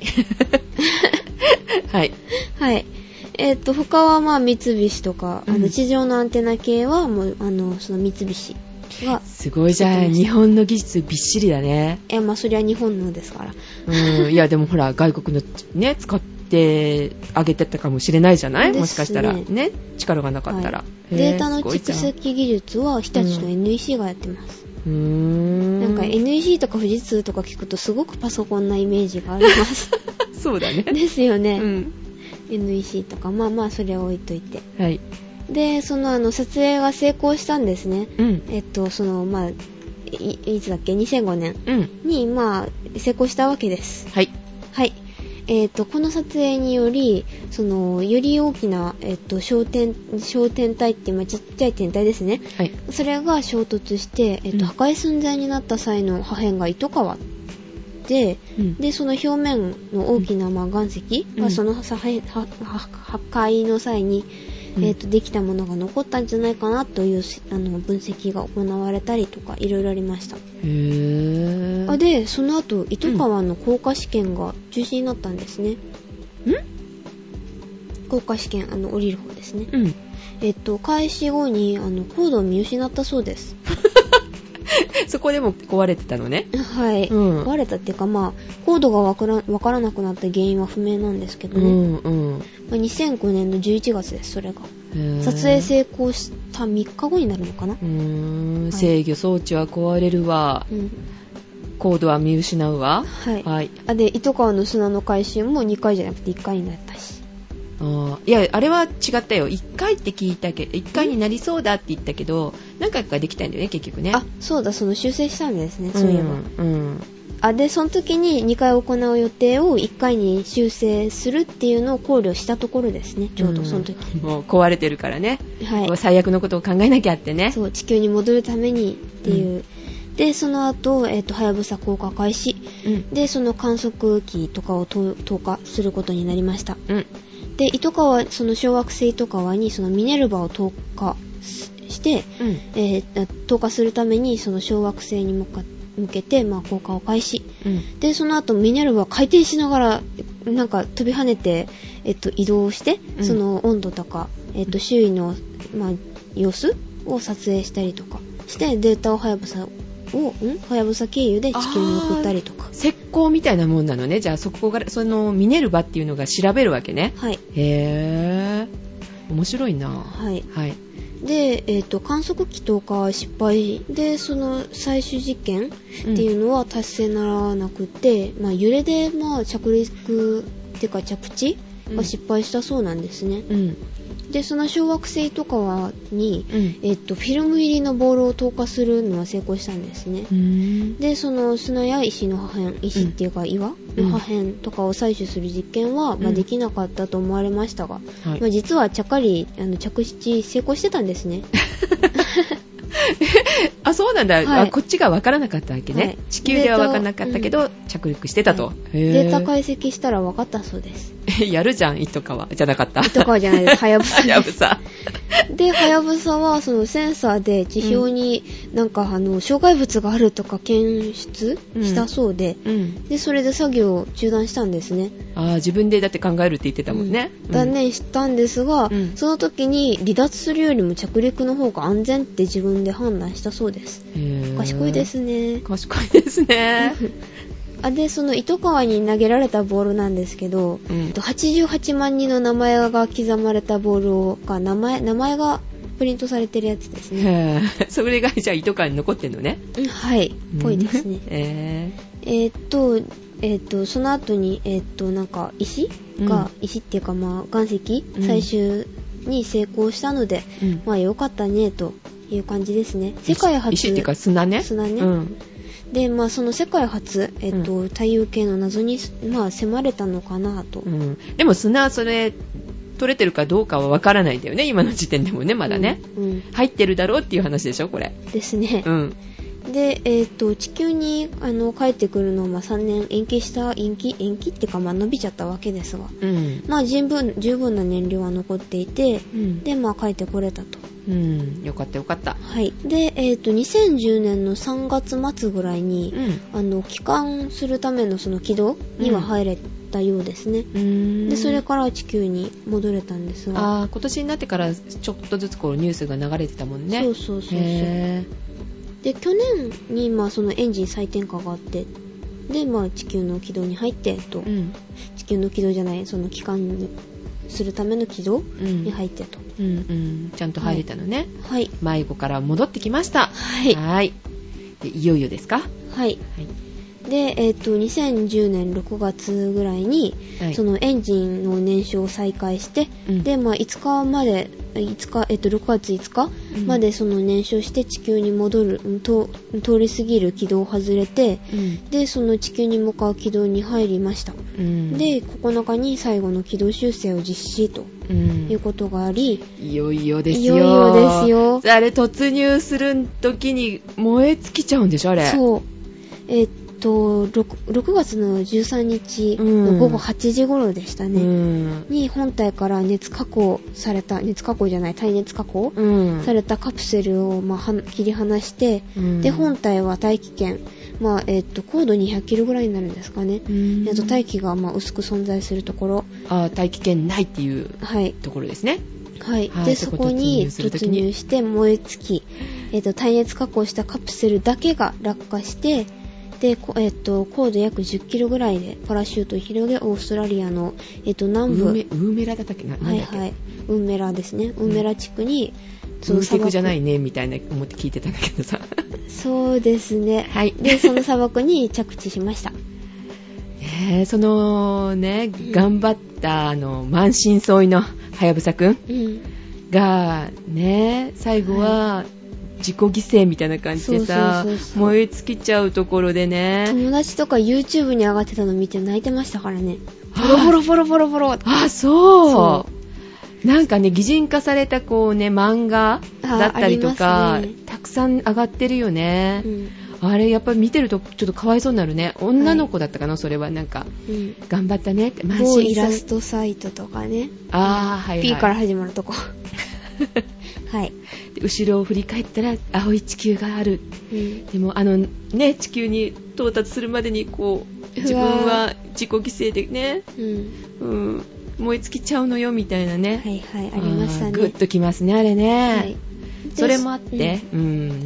はいはい。えっ、ー、と他はまあ三菱とか、うん、あの地上のアンテナ系はもうあのその三菱がすごいじゃん。日本の技術びっしりだね。 いやまあそれは日本のですから。 うん、いやでもほら外国のね使ってあげてたかもしれないじゃない、ね、もしかしたらね力がなかったら、はい、 データの蓄積技術は日立の エヌイーシー がやってます。うーん、なんか エヌイーシー とか富士通とか聞くとすごくパソコンなイメージがありますそうだね。 ですよね、うん、エヌイーシー とかまあまあそれを置いといて、はい。でそのあの撮影が成功したんですね、うん、えっとそのまあ い, いつだっけにせんごねんに、うん、まあ成功したわけです。はいはい。えっとこの撮影によりそのより大きな、えっと、小天小天体っていう、まあ、ちっちゃい天体ですね、はい、それが衝突して、えっとうん、破壊寸前になった際の破片が糸川で、うん、でその表面の大きな、まあ、岩石が、うん、その破壊の際に、うんえー、とできたものが残ったんじゃないかなというあの分析が行われたりとかいろいろありました。へー。あでその後糸川の降下試験が中止になったんですね。うん降下試験あの降りる方ですね。うんえっ、ー、と開始後にあの高度を見失ったそうですそこでも壊れてたのね。 はい、うん、壊れたっていうかまあ高度がわからわからなくなった原因は不明なんですけどね、うんうんまあ、にせんごねんのじゅういちがつです。それが撮影成功したみっかごになるのかな。うーん、はい、制御装置は壊れるわ、うん、高度は見失うわ。 はい、はい、あで糸川の砂の回収もにかいじゃなくていっかいになったし。 あいやあれは違ったよ。いっかいって聞いたけどいっかいになりそうだって言ったけど何回かできたんだよね結局ね。 あそうだその修正したんですね、うん、そういえば、うん、あでその時ににかい行う予定をいっかいに修正するっていうのを考慮したところですねちょうどその時、 うん、もう壊れてるからね、はい、最悪のことを考えなきゃってね。 そう地球に戻るためにっていう、うんでその後、えーと、はやぶさ降下開始、うん、でその観測機とかを投下することになりました、うん、で糸川その小惑星糸川にそのミネルヴァを投下して、うんえー、投下するためにその小惑星に向か向けて、まあ、降下を開始、うん、でその後ミネルヴァは回転しながらなんか飛び跳ねて、えーと、移動して、うん、その温度とか、えーと、周囲の、まあ、様子を撮影したりとかしてデータをはやぶさをはやぶさ経由で地球に送ったりとか。 石膏みたいなもんなのね。じゃあそこがそのミネルヴァっていうのが調べるわけね。はい。へー面白いな。はい。はい。 で、えーと、観測機投下は失敗でその最終実験っていうのは達成ならなくて、うんまあ、揺れで、まあ、着陸っていうか着地が失敗したそうなんですね。うん、でその小惑星とかはに、うんえーと、フィルム入りのボールを投下するのは成功したんですね。うんでその砂や石の破片石っていうか岩の破片とかを採取する実験は、うんまあ、できなかったと思われましたが、うんまあ、実はちゃっかりあの着地成功してたんですねあそうなんだ、はい、あこっちが分からなかったわけね、はい、地球では分からなかったけど、うん、着陸してたと、はい、 データ解析したら分かったそうです。 やるじゃん糸川じゃなかった糸川じゃないですはやぶさはやぶさではやぶさはそのセンサーで地表になんかあの障害物があるとか検出したそうで、うんうん、でそれで作業を中断したんですね。 あ自分でだって考えるって言ってたもんね、 うん、断念したんですが、うん、その時に離脱するよりも着陸の方が安全って自分で判断したそうです。賢いですね。 賢いですねあでその糸川に投げられたボールなんですけど、うん、はちじゅうはちまんにんの名前が刻まれたボールが名前名前がプリントされてるやつですね。 それがじゃあ糸川に残ってんのね。 はいぽいですね。えー、えー、っとえー、っとその後にえー、っとなんか石が、うん、石っていうかまあ岩石、うん、採集に成功したので、うん、まあ良かったねという感じですね。世界初石っていうか砂ね。 砂ね。うんでまあ、その世界初、えっとうん、太陽系の謎に、まあ、迫れたのかなと、うん、 でも砂それ取れてるかどうかはわからないんだよね今の時点でもねまだね、うんうん、入ってるだろうっていう話でしょこれですね、うん、で、えっと地球にあの帰ってくるのを、まあ、さんねん延期した延期延期っていうか、まあ、伸びちゃったわけですが、うんまあ、十分十分な燃料は残っていて、うん、でまあ帰ってこれたと。ううん、よかったよかった。 はい。で、えっと、にせんじゅうねんのさんがつ末ぐらいに、うん、あの、帰還するためのその軌道には入れたようですね。うん、で、それから地球に戻れたんですが。 あ、今年になってからちょっとずつこうニュースが流れてたもんね。 そうそうそうそう。で、去年に、まあ、そのエンジン再点火があって、で、まあ、地球の軌道に入ってと、うん、地球の軌道じゃない、その帰還にするための軌道に入ってと、 うんうんうん、ちゃんと入れたのね。 はい。 迷子から戻ってきました。 はい。 はい。で、いよいよですか？ はい。はい。で、えっと、にせんじゅうねんろくがつぐらいに、はい、そのエンジンの燃焼を再開して、うん、で、まあ、いつかまで、いつか、えっと、ろくがついつかまでその燃焼して地球に戻る、うん、と通り過ぎる軌道を外れて、うん、で、その地球に向かう軌道に入りました。うん、で、ここのかに最後の軌道修正を実施と、うん、いうことがあり、 いよいよですよ。 いよいよですよ。 あれ、突入する時に燃え尽きちゃうんでしょ、あれ。 そう。えっとと 6, ろくがつのじゅうさんにちのごごはちじ頃でしたね、うん、に本体から熱加工された熱加工じゃない耐熱加工、うん、されたカプセルを、まあ、は切り離して、うん、で本体は大気圏、まあえー、と高度にひゃくキロぐらいになるんですかね、うん、えー、と大気が、まあ、薄く存在するところ、 あ、大気圏ないっていう、はい、ところですね。 はい、はい、でそこに突入して燃え尽き、えー、と耐熱加工したカプセルだけが落下してで、えっと、高度約じゅっキロぐらいでパラシュートを広げ、オーストラリアの、えっと、南部。ウーメ、 ウーメラだったっけな、 はいはい。ウーメラですね。ウーメラ地区に、 その砂漠じゃないね、みたいな思って聞いてたんだけどさ。 そうですね。はい。で、その砂漠に着地しました。 えー、そのね、うん、頑張った、あの、満身創痍のはやぶさくんが、ね、最後は、はい、自己犠牲みたいな感じでさ、そうそうそうそう、燃え尽きちゃうところでね、 友達とか YouTube に上がってたの見て泣いてましたからね。ボロボロボロボロボロ。 あ、そう。そうなんかね、擬人化されたこうね、漫画だったりとか、ね、たくさん上がってるよね、うん、あれやっぱり見てるとちょっとかわいそうになるね。女の子だったかな、はい、それはなんか、うん、頑張ったねって。 某イラストサイトとかね、 あ、はいはい、 P から始まるとこはい、 で後ろを振り返ったら青い地球がある、うん、でもあのね、地球に到達するまでにこう自分は自己犠牲でね、うんうん、燃え尽きちゃうのよみたいなね、 はいはい、ありましたね。 グッときますねあれね、はい、それもあって、うんうん、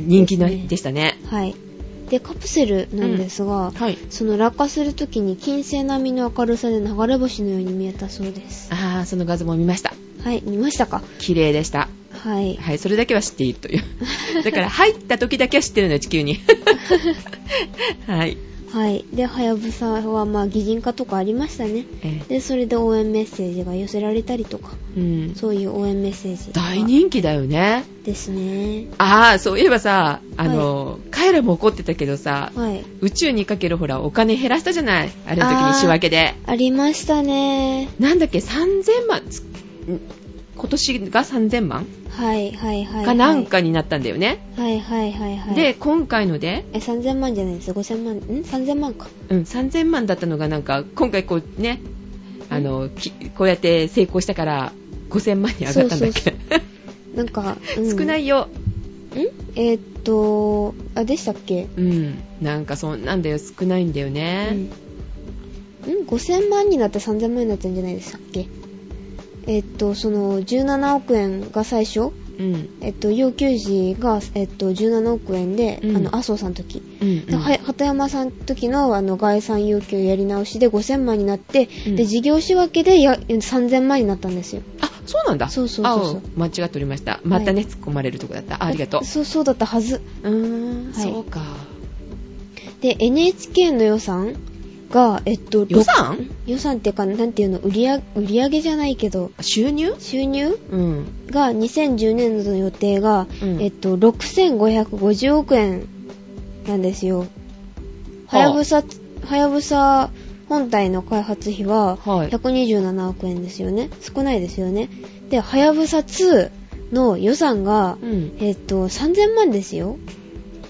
人気のでしたね。 はい。でカプセルなんですが、うん、はい、その落下するときに金星並みの明るさで流れ星のように見えたそうです。 ああ、その画像も見ました。 はい、見ましたか。 綺麗でした。 はい、 はい、それだけは知っているというだから入った時だけは知ってるのよ、地球にはい、 はい、ではやぶさはまあ擬人化とかありましたね、ええ、でそれで応援メッセージが寄せられたりとか、うん、そういう応援メッセージ大人気だよね。 ですね。 ああ、そういえばさ、あの、はい、カエラも怒ってたけどさ、はい、宇宙にかけるほらお金減らしたじゃない、あれの時に仕分けで。 ありましたね。 なんだっけ、さんぜんまん、今年がさんぜんまんはいはいはい、はい、 かなんかになったんだよね。 はいはいはいはい。 で今回のでえさんぜんまんじゃないです、ごせんまん、んさんぜんまんか。 うんさんぜんまんだったのがなんか今回こうね、あのこうやって成功したからごせんまんに上がったんだっけ。そうそうそうなんか、 うん、少ないよ。んえー、っとあでしたっけ。 うんなんかそんなんだよ、少ないんだよね。 うん、んごせんまんになってさんぜんまんになったんじゃないでしたっけ。えっと、そのじゅうななおくえんが最初、うん、えっと、要求時が、えっと、じゅうななおくえんで、うん、あの、麻生さんの時、うんうん、鳩山さんの時の、あの、概算要求やり直しでごせんまんになって、うん、で、事業仕分けでやさんぜんまんになったんですよ。 あ、そうなんだ。 そうそうそうそう。 間違っておりました。またね、はい、突っ込まれるとこだった。あ、ありがとう。 そう、そうだったはず。 うーん、はい、そうか。 で、エヌエイチケー の予算が、えっと、 予算予算っていうか、なんていうの、売り上げ、売り上げじゃないけど、 収入収入、うん、が、にせんじゅうねんどの予定が、うん、えっと、ろくせんごひゃくごじゅうおくえんなんですよ。はやぶさ、はやぶさ本体の開発費は、ひゃくにじゅうななおくえんですよね。少ないですよね。で、はやぶさツーの予算が、うん、えっと、さんぜんまんですよ。あれ ?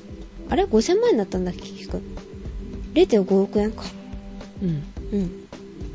ごせんまんになったんだっけ、結局。れいてんごおくえんか。うん。うん。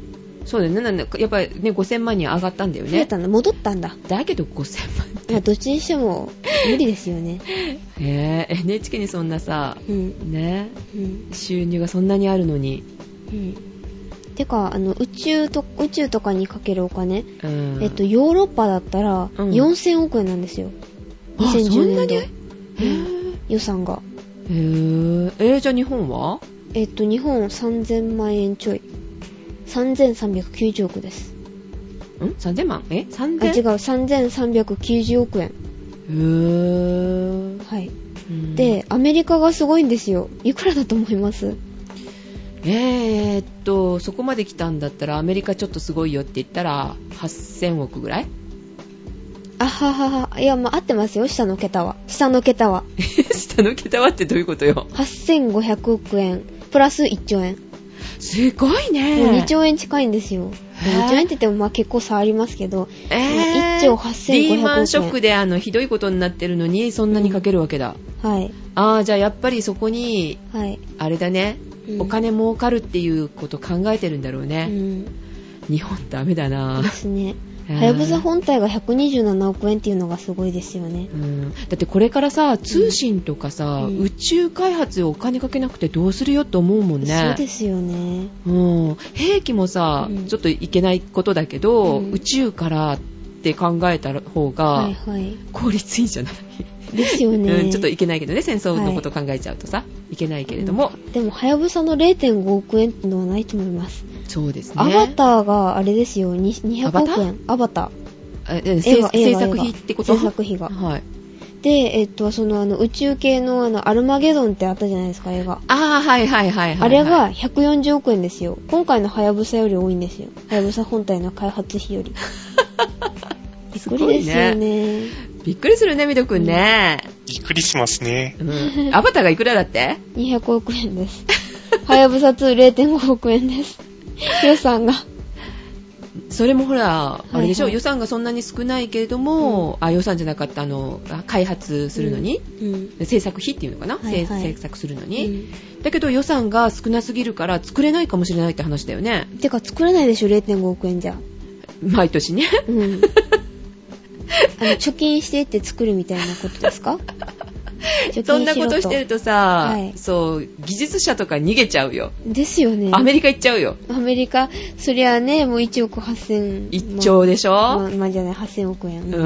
そうだよね。なんだやっぱりね、ごせんまんに上がったんだよね。 増えたんだ。戻ったんだ。 だけどごせんまんって。 いや、どっちにしても無理ですよね。 へぇ、エヌエイチケー にそんなさ、 うん、 ね、 うん、 収入がそんなにあるのに。 うん。てか、あの、宇宙と、宇宙とかにかけるお金、 うん、 えっと、ヨーロッパだったらよんせんおくえんなんですよ。うん、にせんじゅうねんど。 へぇ、 予算が。 へぇ、えー、じゃあ日本はえっと、日本さんぜんまんえんちょい。さんぜんさんびゃくきゅうじゅうおくです。 ん ?さんぜんまんえ ?さんぜん? あ、違う、さんぜんさんびゃくきゅうじゅうおくえん。 へぇ、 はい。で、アメリカがすごいんですよ。いくらだと思います？ えーっと、そこまで来たんだったらアメリカちょっとすごいよって言ったらはっせんおくぐらい？ あははは。いや、まあ、合ってますよ、下の桁は。下の桁は。 下の桁はってどういうことよ？ はっせんごひゃくおくえん、プラスいっちょうえん。 すごいね。 もうにちょうえん近いんですよ。にちょうえんって言ってもまあ結構差ありますけど、 えー、 いっちょうはっせんごひゃくおくえん。リーマンショックであのひどいことになってるのにそんなにかけるわけだ。 うん、はい。 ああ、じゃあやっぱりそこに、 はい、 あれだね、うん、お金儲かるっていうこと考えてるんだろうね。うん、日本ダメだな。 ですね。はやぶさ本体がひゃくにじゅうななおくえんっていうのがすごいですよね。 うん、だってこれからさ、通信とかさ、うん、宇宙開発お金かけなくてどうするよって思うもんね。 そうですよね。 うん、兵器もさ、うん、ちょっといけないことだけど、うん、宇宙からって考えた方が効率いいじゃない、はいはい、 ですよね、 うん、ちょっといけないけどね、戦争のこと考えちゃうとさ、はい、いけないけれども、 うん、でもはやぶさの れいてんごおくえんってのはないと思います。 そうですね。 アバターがあれですよ、にひゃくおくえん。アバター。 制作費ってこと？ 制作費が。 はい。 で、えっと、そのあの宇宙系のあのアルマゲドンってあったじゃないですか、映画。 ああ、はいはいはいはい、はい。 あれがひゃくよんじゅうおくえんですよ。今回のはやぶさより多いんですよ。はやぶさ本体の開発費より。びっくりですよね。 びっくりするね、みどくんね、 うん。びっくりしますね。 うん、アバターがいくらだって？ にひゃくおくえんです。はやぶさツー れいてんごおくえんです。予算が。 それもほら、あれでしょ、はいはい、予算がそんなに少ないけれども、うん、あ、予算じゃなかった、あの、開発するのに、うんうん、制作費っていうのかな、はいはい、制作するのに、うん、だけど予算が少なすぎるから作れないかもしれないって話だよね。 てか作れないでしょ、れいてんごおくえんじゃ。 毎年ね。うん。 あの、貯金していって作るみたいなことですか？ そんなことしてるとさ、はい、そう、技術者とか逃げちゃうよ。 ですよね。 アメリカ行っちゃうよ。 アメリカ、そりゃね、もういちおくはっせん。 いっちょうでしょ？ まあ、まあ、じゃない、はっせんおくえん。 うん。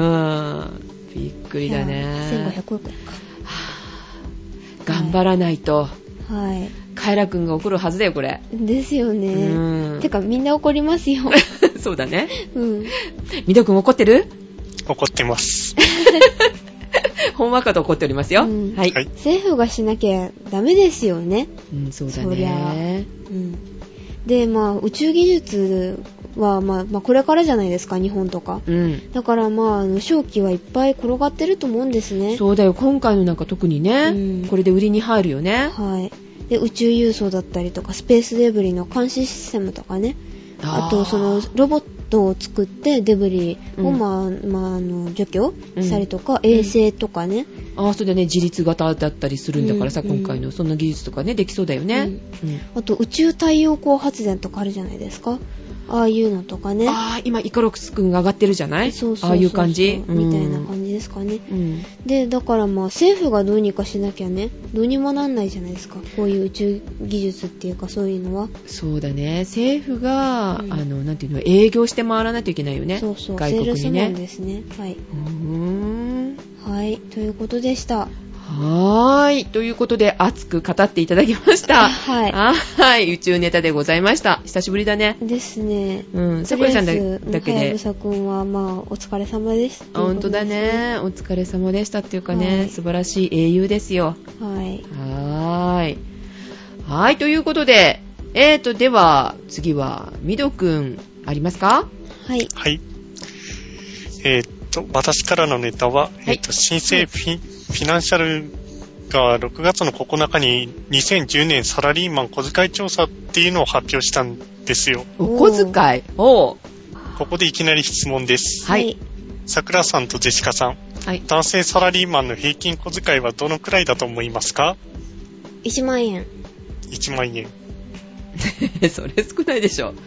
びっくりだね。 はっせんごひゃくおくえんか。はぁ、頑張らないと。 はい。 カエラくんが怒るはずだよ、これ。 ですよね。うん。てか、みんな怒りますよ。 そうだね。 うん。 みどくん怒ってる？ 怒ってます。 ほんわかと怒っておりますよ、 うん、 はい。 政府がしなきゃダメですよね。 うん、そうだね。そりゃ、 うん。で、まあ、宇宙技術は、まあ、まあ、これからじゃないですか、日本とか。うん。だから、まあ、あの、商機はいっぱい転がってると思うんですね。 そうだよ、今回のなんか特にね、うん、これで売りに入るよね。 はい。で、宇宙輸送だったりとか、スペースデブリの監視システムとかね。あと、その、ロボットを作ってデブリを、うん、まあ、まあ、あの、除去したりとか、うん、衛星とかね。 ああ、それでね、自立型だったりするんだからさ、うん、今回のそんな技術とかね、できそうだよね。うんうん、 あと、宇宙太陽光発電とかあるじゃないですか。ああいうのとかね。 ああ、今、イカロクスくんが上がってるじゃない？ そうそうそうそう。 ああいう感じ、 うん、みたいな感じですかね。うん、で、だからまあ、政府がどうにかしなきゃね、どうにもなんないじゃないですか。こういう宇宙技術っていうか、そういうのは。 そうだね。政府が、うん、あの、なんていうの、営業して回らないといけないよね。 そうそう。 外国にね。 セールスマンですね。はい。うーん。はい。ということでした。 はーい。ということで、熱く語っていただきました。 はい。 はい。宇宙ネタでございました。久しぶりだね。 ですね。 うん。さくらちゃんだけで。 はやぶさくんは、まあ、お疲れ様です。 ほんとだね。お疲れ様でしたっていうかね、はい、素晴らしい英雄ですよ。 はい。 はーい。はい。ということで、えーと、では、次は、みどくん、ありますか？ はい。 はい。えーと、私からのネタは、はい、えーと、新生フィ、はいフィナンシャルがろくがつのここのかににせんじゅうねんサラリーマン小遣い調査っていうのを発表したんですよ。 お小遣い？おー。 ここでいきなり質問です。 はい。 桜さんとジェシカさん、はい、男性サラリーマンの平均小遣いはどのくらいだと思いますか？ いちまんえん。 いちまんえん。 それ少ないでしょ。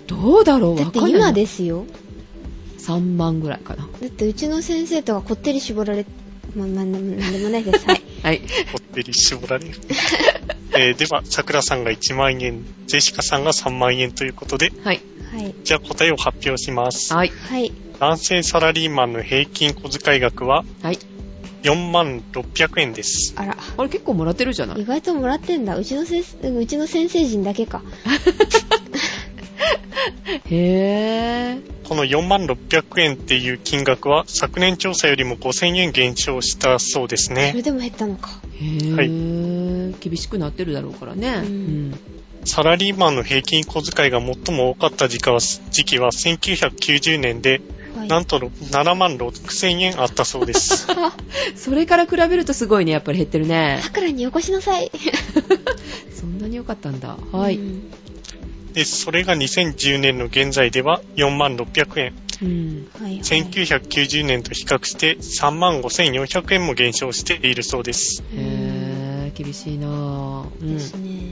どうだろう、 だって今ですよ。 さんまんぐらいかな。 だってうちの先生とかこってり絞られ、まあ、まあ、なんでもないです。はい。 はい。 こってり絞られる。えー、では、さくらさんがいちまんえん、ジェシカさんがさんまんえんということで、 はい。 はい。 じゃあ答えを発表します。 はい。 はい。 男性サラリーマンの平均小遣い額は、はい。よんまんろっぴゃくえんです。 あら。 あれ結構もらってるじゃない？ 意外ともらってんだ。うちのせうちの先生人だけか。 へー。 このよんまんろっぴゃくえんっていう金額は昨年調査よりもごせんえん減少したそうですね。 それでも減ったのか。 へー。はい。厳しくなってるだろうからね。うん。うん、 サラリーマンの平均小遣いが最も多かった時期は、時期はせんきゅうひゃくきゅうじゅうねんで、はい、なんとななまんろくせんえんあったそうです。 それから比べるとすごいね、やっぱり減ってるね。 さくらによこしなさい。 そんなに良かったんだ。はい。うんで、それがにせんじゅうねんの現在ではよんまんろっぴゃくえん。うんはいはい、せんきゅうひゃくきゅうじゅうねんと比較してさんまんごせんよんひゃくえんも減少しているそうです。 へー、厳しいなぁ。うん、ですね。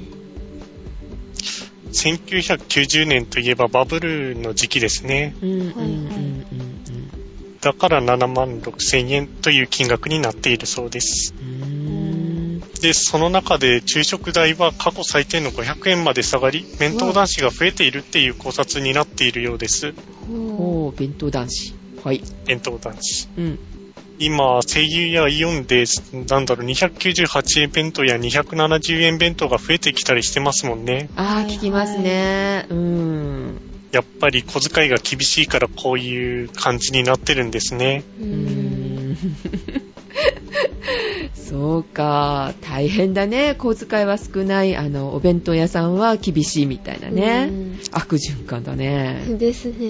せんきゅうひゃくきゅうじゅうねんといえばバブルの時期ですね。うんうんうんうん、だからななまんろくせんえんという金額になっているそうです。うーんで、その中で昼食代は過去最低のごひゃくえんまで下がり、弁当男子が増えているっていう考察になっているようです。 おー、弁当男子。はい。 弁当男子。うん。今、声優やイオンで、なんだろう、にひゃくきゅうじゅうはちえん弁当やにひゃくななじゅうえん弁当が増えてきたりしてますもんね。 あー、聞きますね。うん。 やっぱり小遣いが厳しいからこういう感じになってるんですね。うーん。 そうか、大変だね。小遣いは少ない、あのお弁当屋さんは厳しいみたいなね。悪循環だね。 ですね。うん、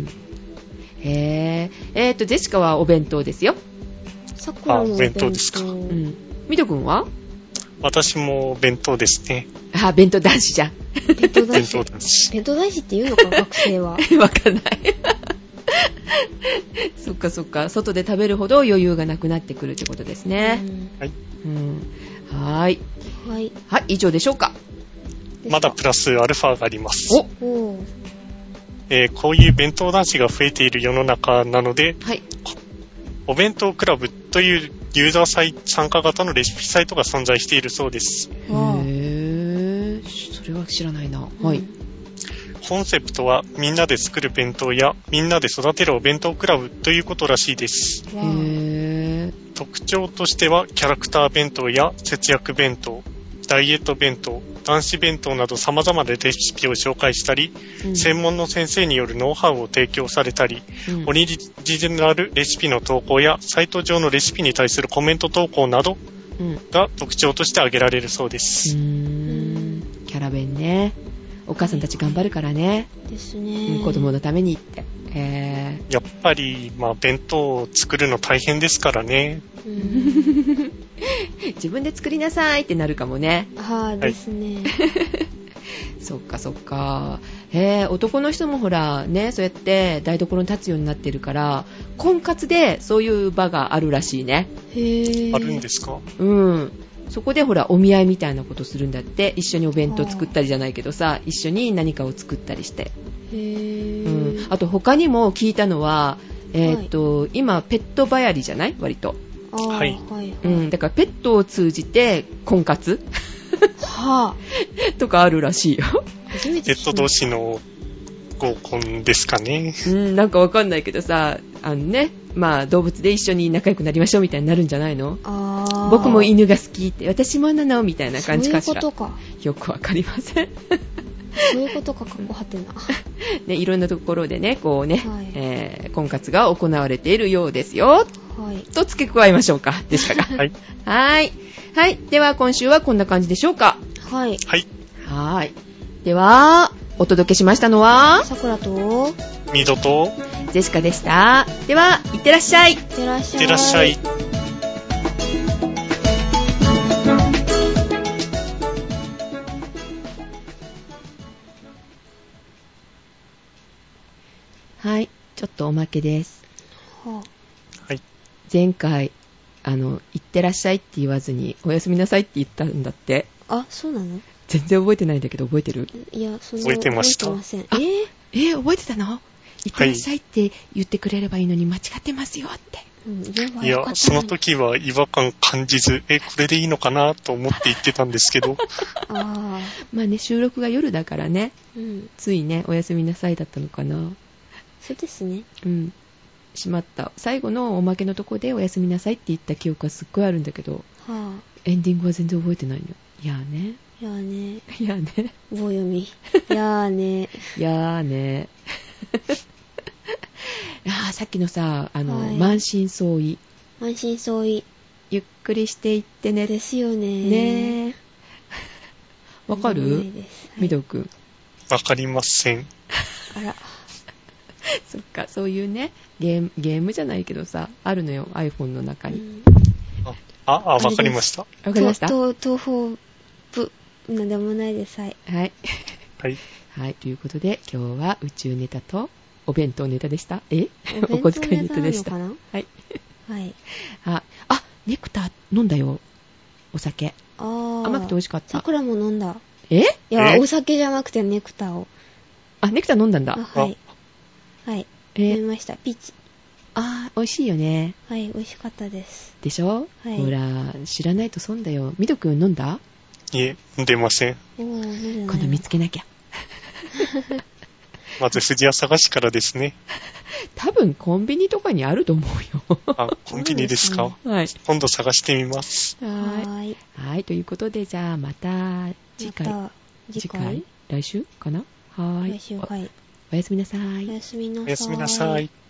へー。えーとジェシカはお弁当ですよ。 さくらもお弁当ですか。うん。 みどくんは？ 私も弁当ですね。 あ、弁当男子じゃん。 弁当男子。 弁当男子。 弁当男子って言うのか学生は。 わかんない。そっかそっか、外で食べるほど余裕がなくなってくるってことですね。うん、はい、うん、はーい、はい、はい、以上でしょうか。 まだプラスアルファがあります。お、えー、こういう弁当男子が増えている世の中なので、はい、お弁当クラブというユーザーサイ参加型のレシピサイトが存在しているそうです。へー、それは知らないな。はい。うん、 コンセプトはみんなで作る弁当やみんなで育てるお弁当クラブということらしいです。へー。特徴としてはキャラクター弁当や節約弁当、ダイエット弁当、男子弁当など様々なレシピを紹介したり、うん、専門の先生によるノウハウを提供されたり、うん、オリジナルレシピの投稿やサイト上のレシピに対するコメント投稿などが特徴として挙げられるそうです。 うーん、キャラ弁ね。お母さんたち頑張るからね。 ですね。 子供のためにって。えー、やっぱり、まあ、弁当を作るの大変ですからね。うん、 自分で作りなさいってなるかもね。 はあ、ですね。 そっかそっか。へえ、男の人もほらね、そうやって台所に立つようになってるから、婚活でそういう場があるらしいね。 へえ。あるんですか？ うん。そこでほらお見合いみたいなことするんだって。一緒にお弁当作ったりじゃないけどさ、一緒に何かを作ったりして。へー、うん、あと他にも聞いたのは、えーっとはい、今ペットばやりじゃない割と。 はい、 うん、だからペットを通じて婚活はあとかあるらしいよ。 ペット同士の合コンですかね。 うん、なんかわかんないけどさ、あのね、まあ動物で一緒に仲良くなりましょうみたいになるんじゃないの？あ、僕も犬が好きって、私もなのみたいな感じかしら。 そういうことか。 よくわかりません。 そういうことか、かっこはてな。 ね、いろんなところでね、こうね、はい、えー、婚活が行われているようですよ。はい。と付け加えましょうか。でしたか。はい。はい。はい。では今週はこんな感じでしょうか。 はい。 はい。 はい。では、お届けしましたのは、 さくらと、 みどと、 ジェシカでした。では、いってらっしゃい。いってらっしゃい。 いってらっしゃい。 はい、ちょっとおまけです。 はあ、はい。 前回、あの、いってらっしゃいって言わずに、おやすみなさいって言ったんだって。 あ、そうなの？ 全然覚えてないんだけど、覚えてる？ いや、その覚えてました。 覚えてません。えー、 えー、覚えてたの？行ってらっしゃいって言ってくれればいいのに間違ってますよって。 うん、いや、その時は違和感感じず、え、これでいいのかなと思って言ってたんですけど。 あまあね、収録が夜だからね、うん、ついね、おやすみなさいだったのかな。 そうですね。 うん。しまった。最後のおまけのとこでおやすみなさいって言った記憶はすっごいあるんだけど、はあ、エンディングは全然覚えてないの。いやーね。 いやーね。 いやーね。 棒読み。いやーね。 いやーね。あさっきのさ、あの、はい、満身創痍。 満身創痍。 ゆっくりしていってね。 ですよね。 ねわかる？みどくん。 わかりません。 あら。 そっか、そういうね、ゲーム、ゲームじゃないけどさ、あるのよ、iPhone の中に。うん、 あ、あ、わかりました。わかりました。 東方部、なんでもないです。はい。 はい。 はい。 はい、ということで、今日は宇宙ネタと、お弁当ネタでした。えお小遣いネタでした。はい。 はい。 あ、あ、ネクタ飲んだよ。お酒。あー。甘くて美味しかった。 桜も飲んだ。 え？ いや、お酒じゃなくてネクタを。 あ、ネクタ飲んだんだ。 はい。はい。飲みました。ピーチ。 あー、美味しいよね。 はい、美味しかったです。 でしょ？はい。ほら、知らないと損だよ。みどくん飲んだ？ いえ、飲んでません。 今度見つけなきゃ。 まず藤屋探しからですね。 多分コンビニとかにあると思うよ。 あ、コンビニですか？ すね、はい。 今度探してみます。 はい。はい。ということで、じゃあまた次回。ま、 次回来週かな？はい。 来週、はい。 おやすみなさい。 おやすみなさい。 おやすみなさい。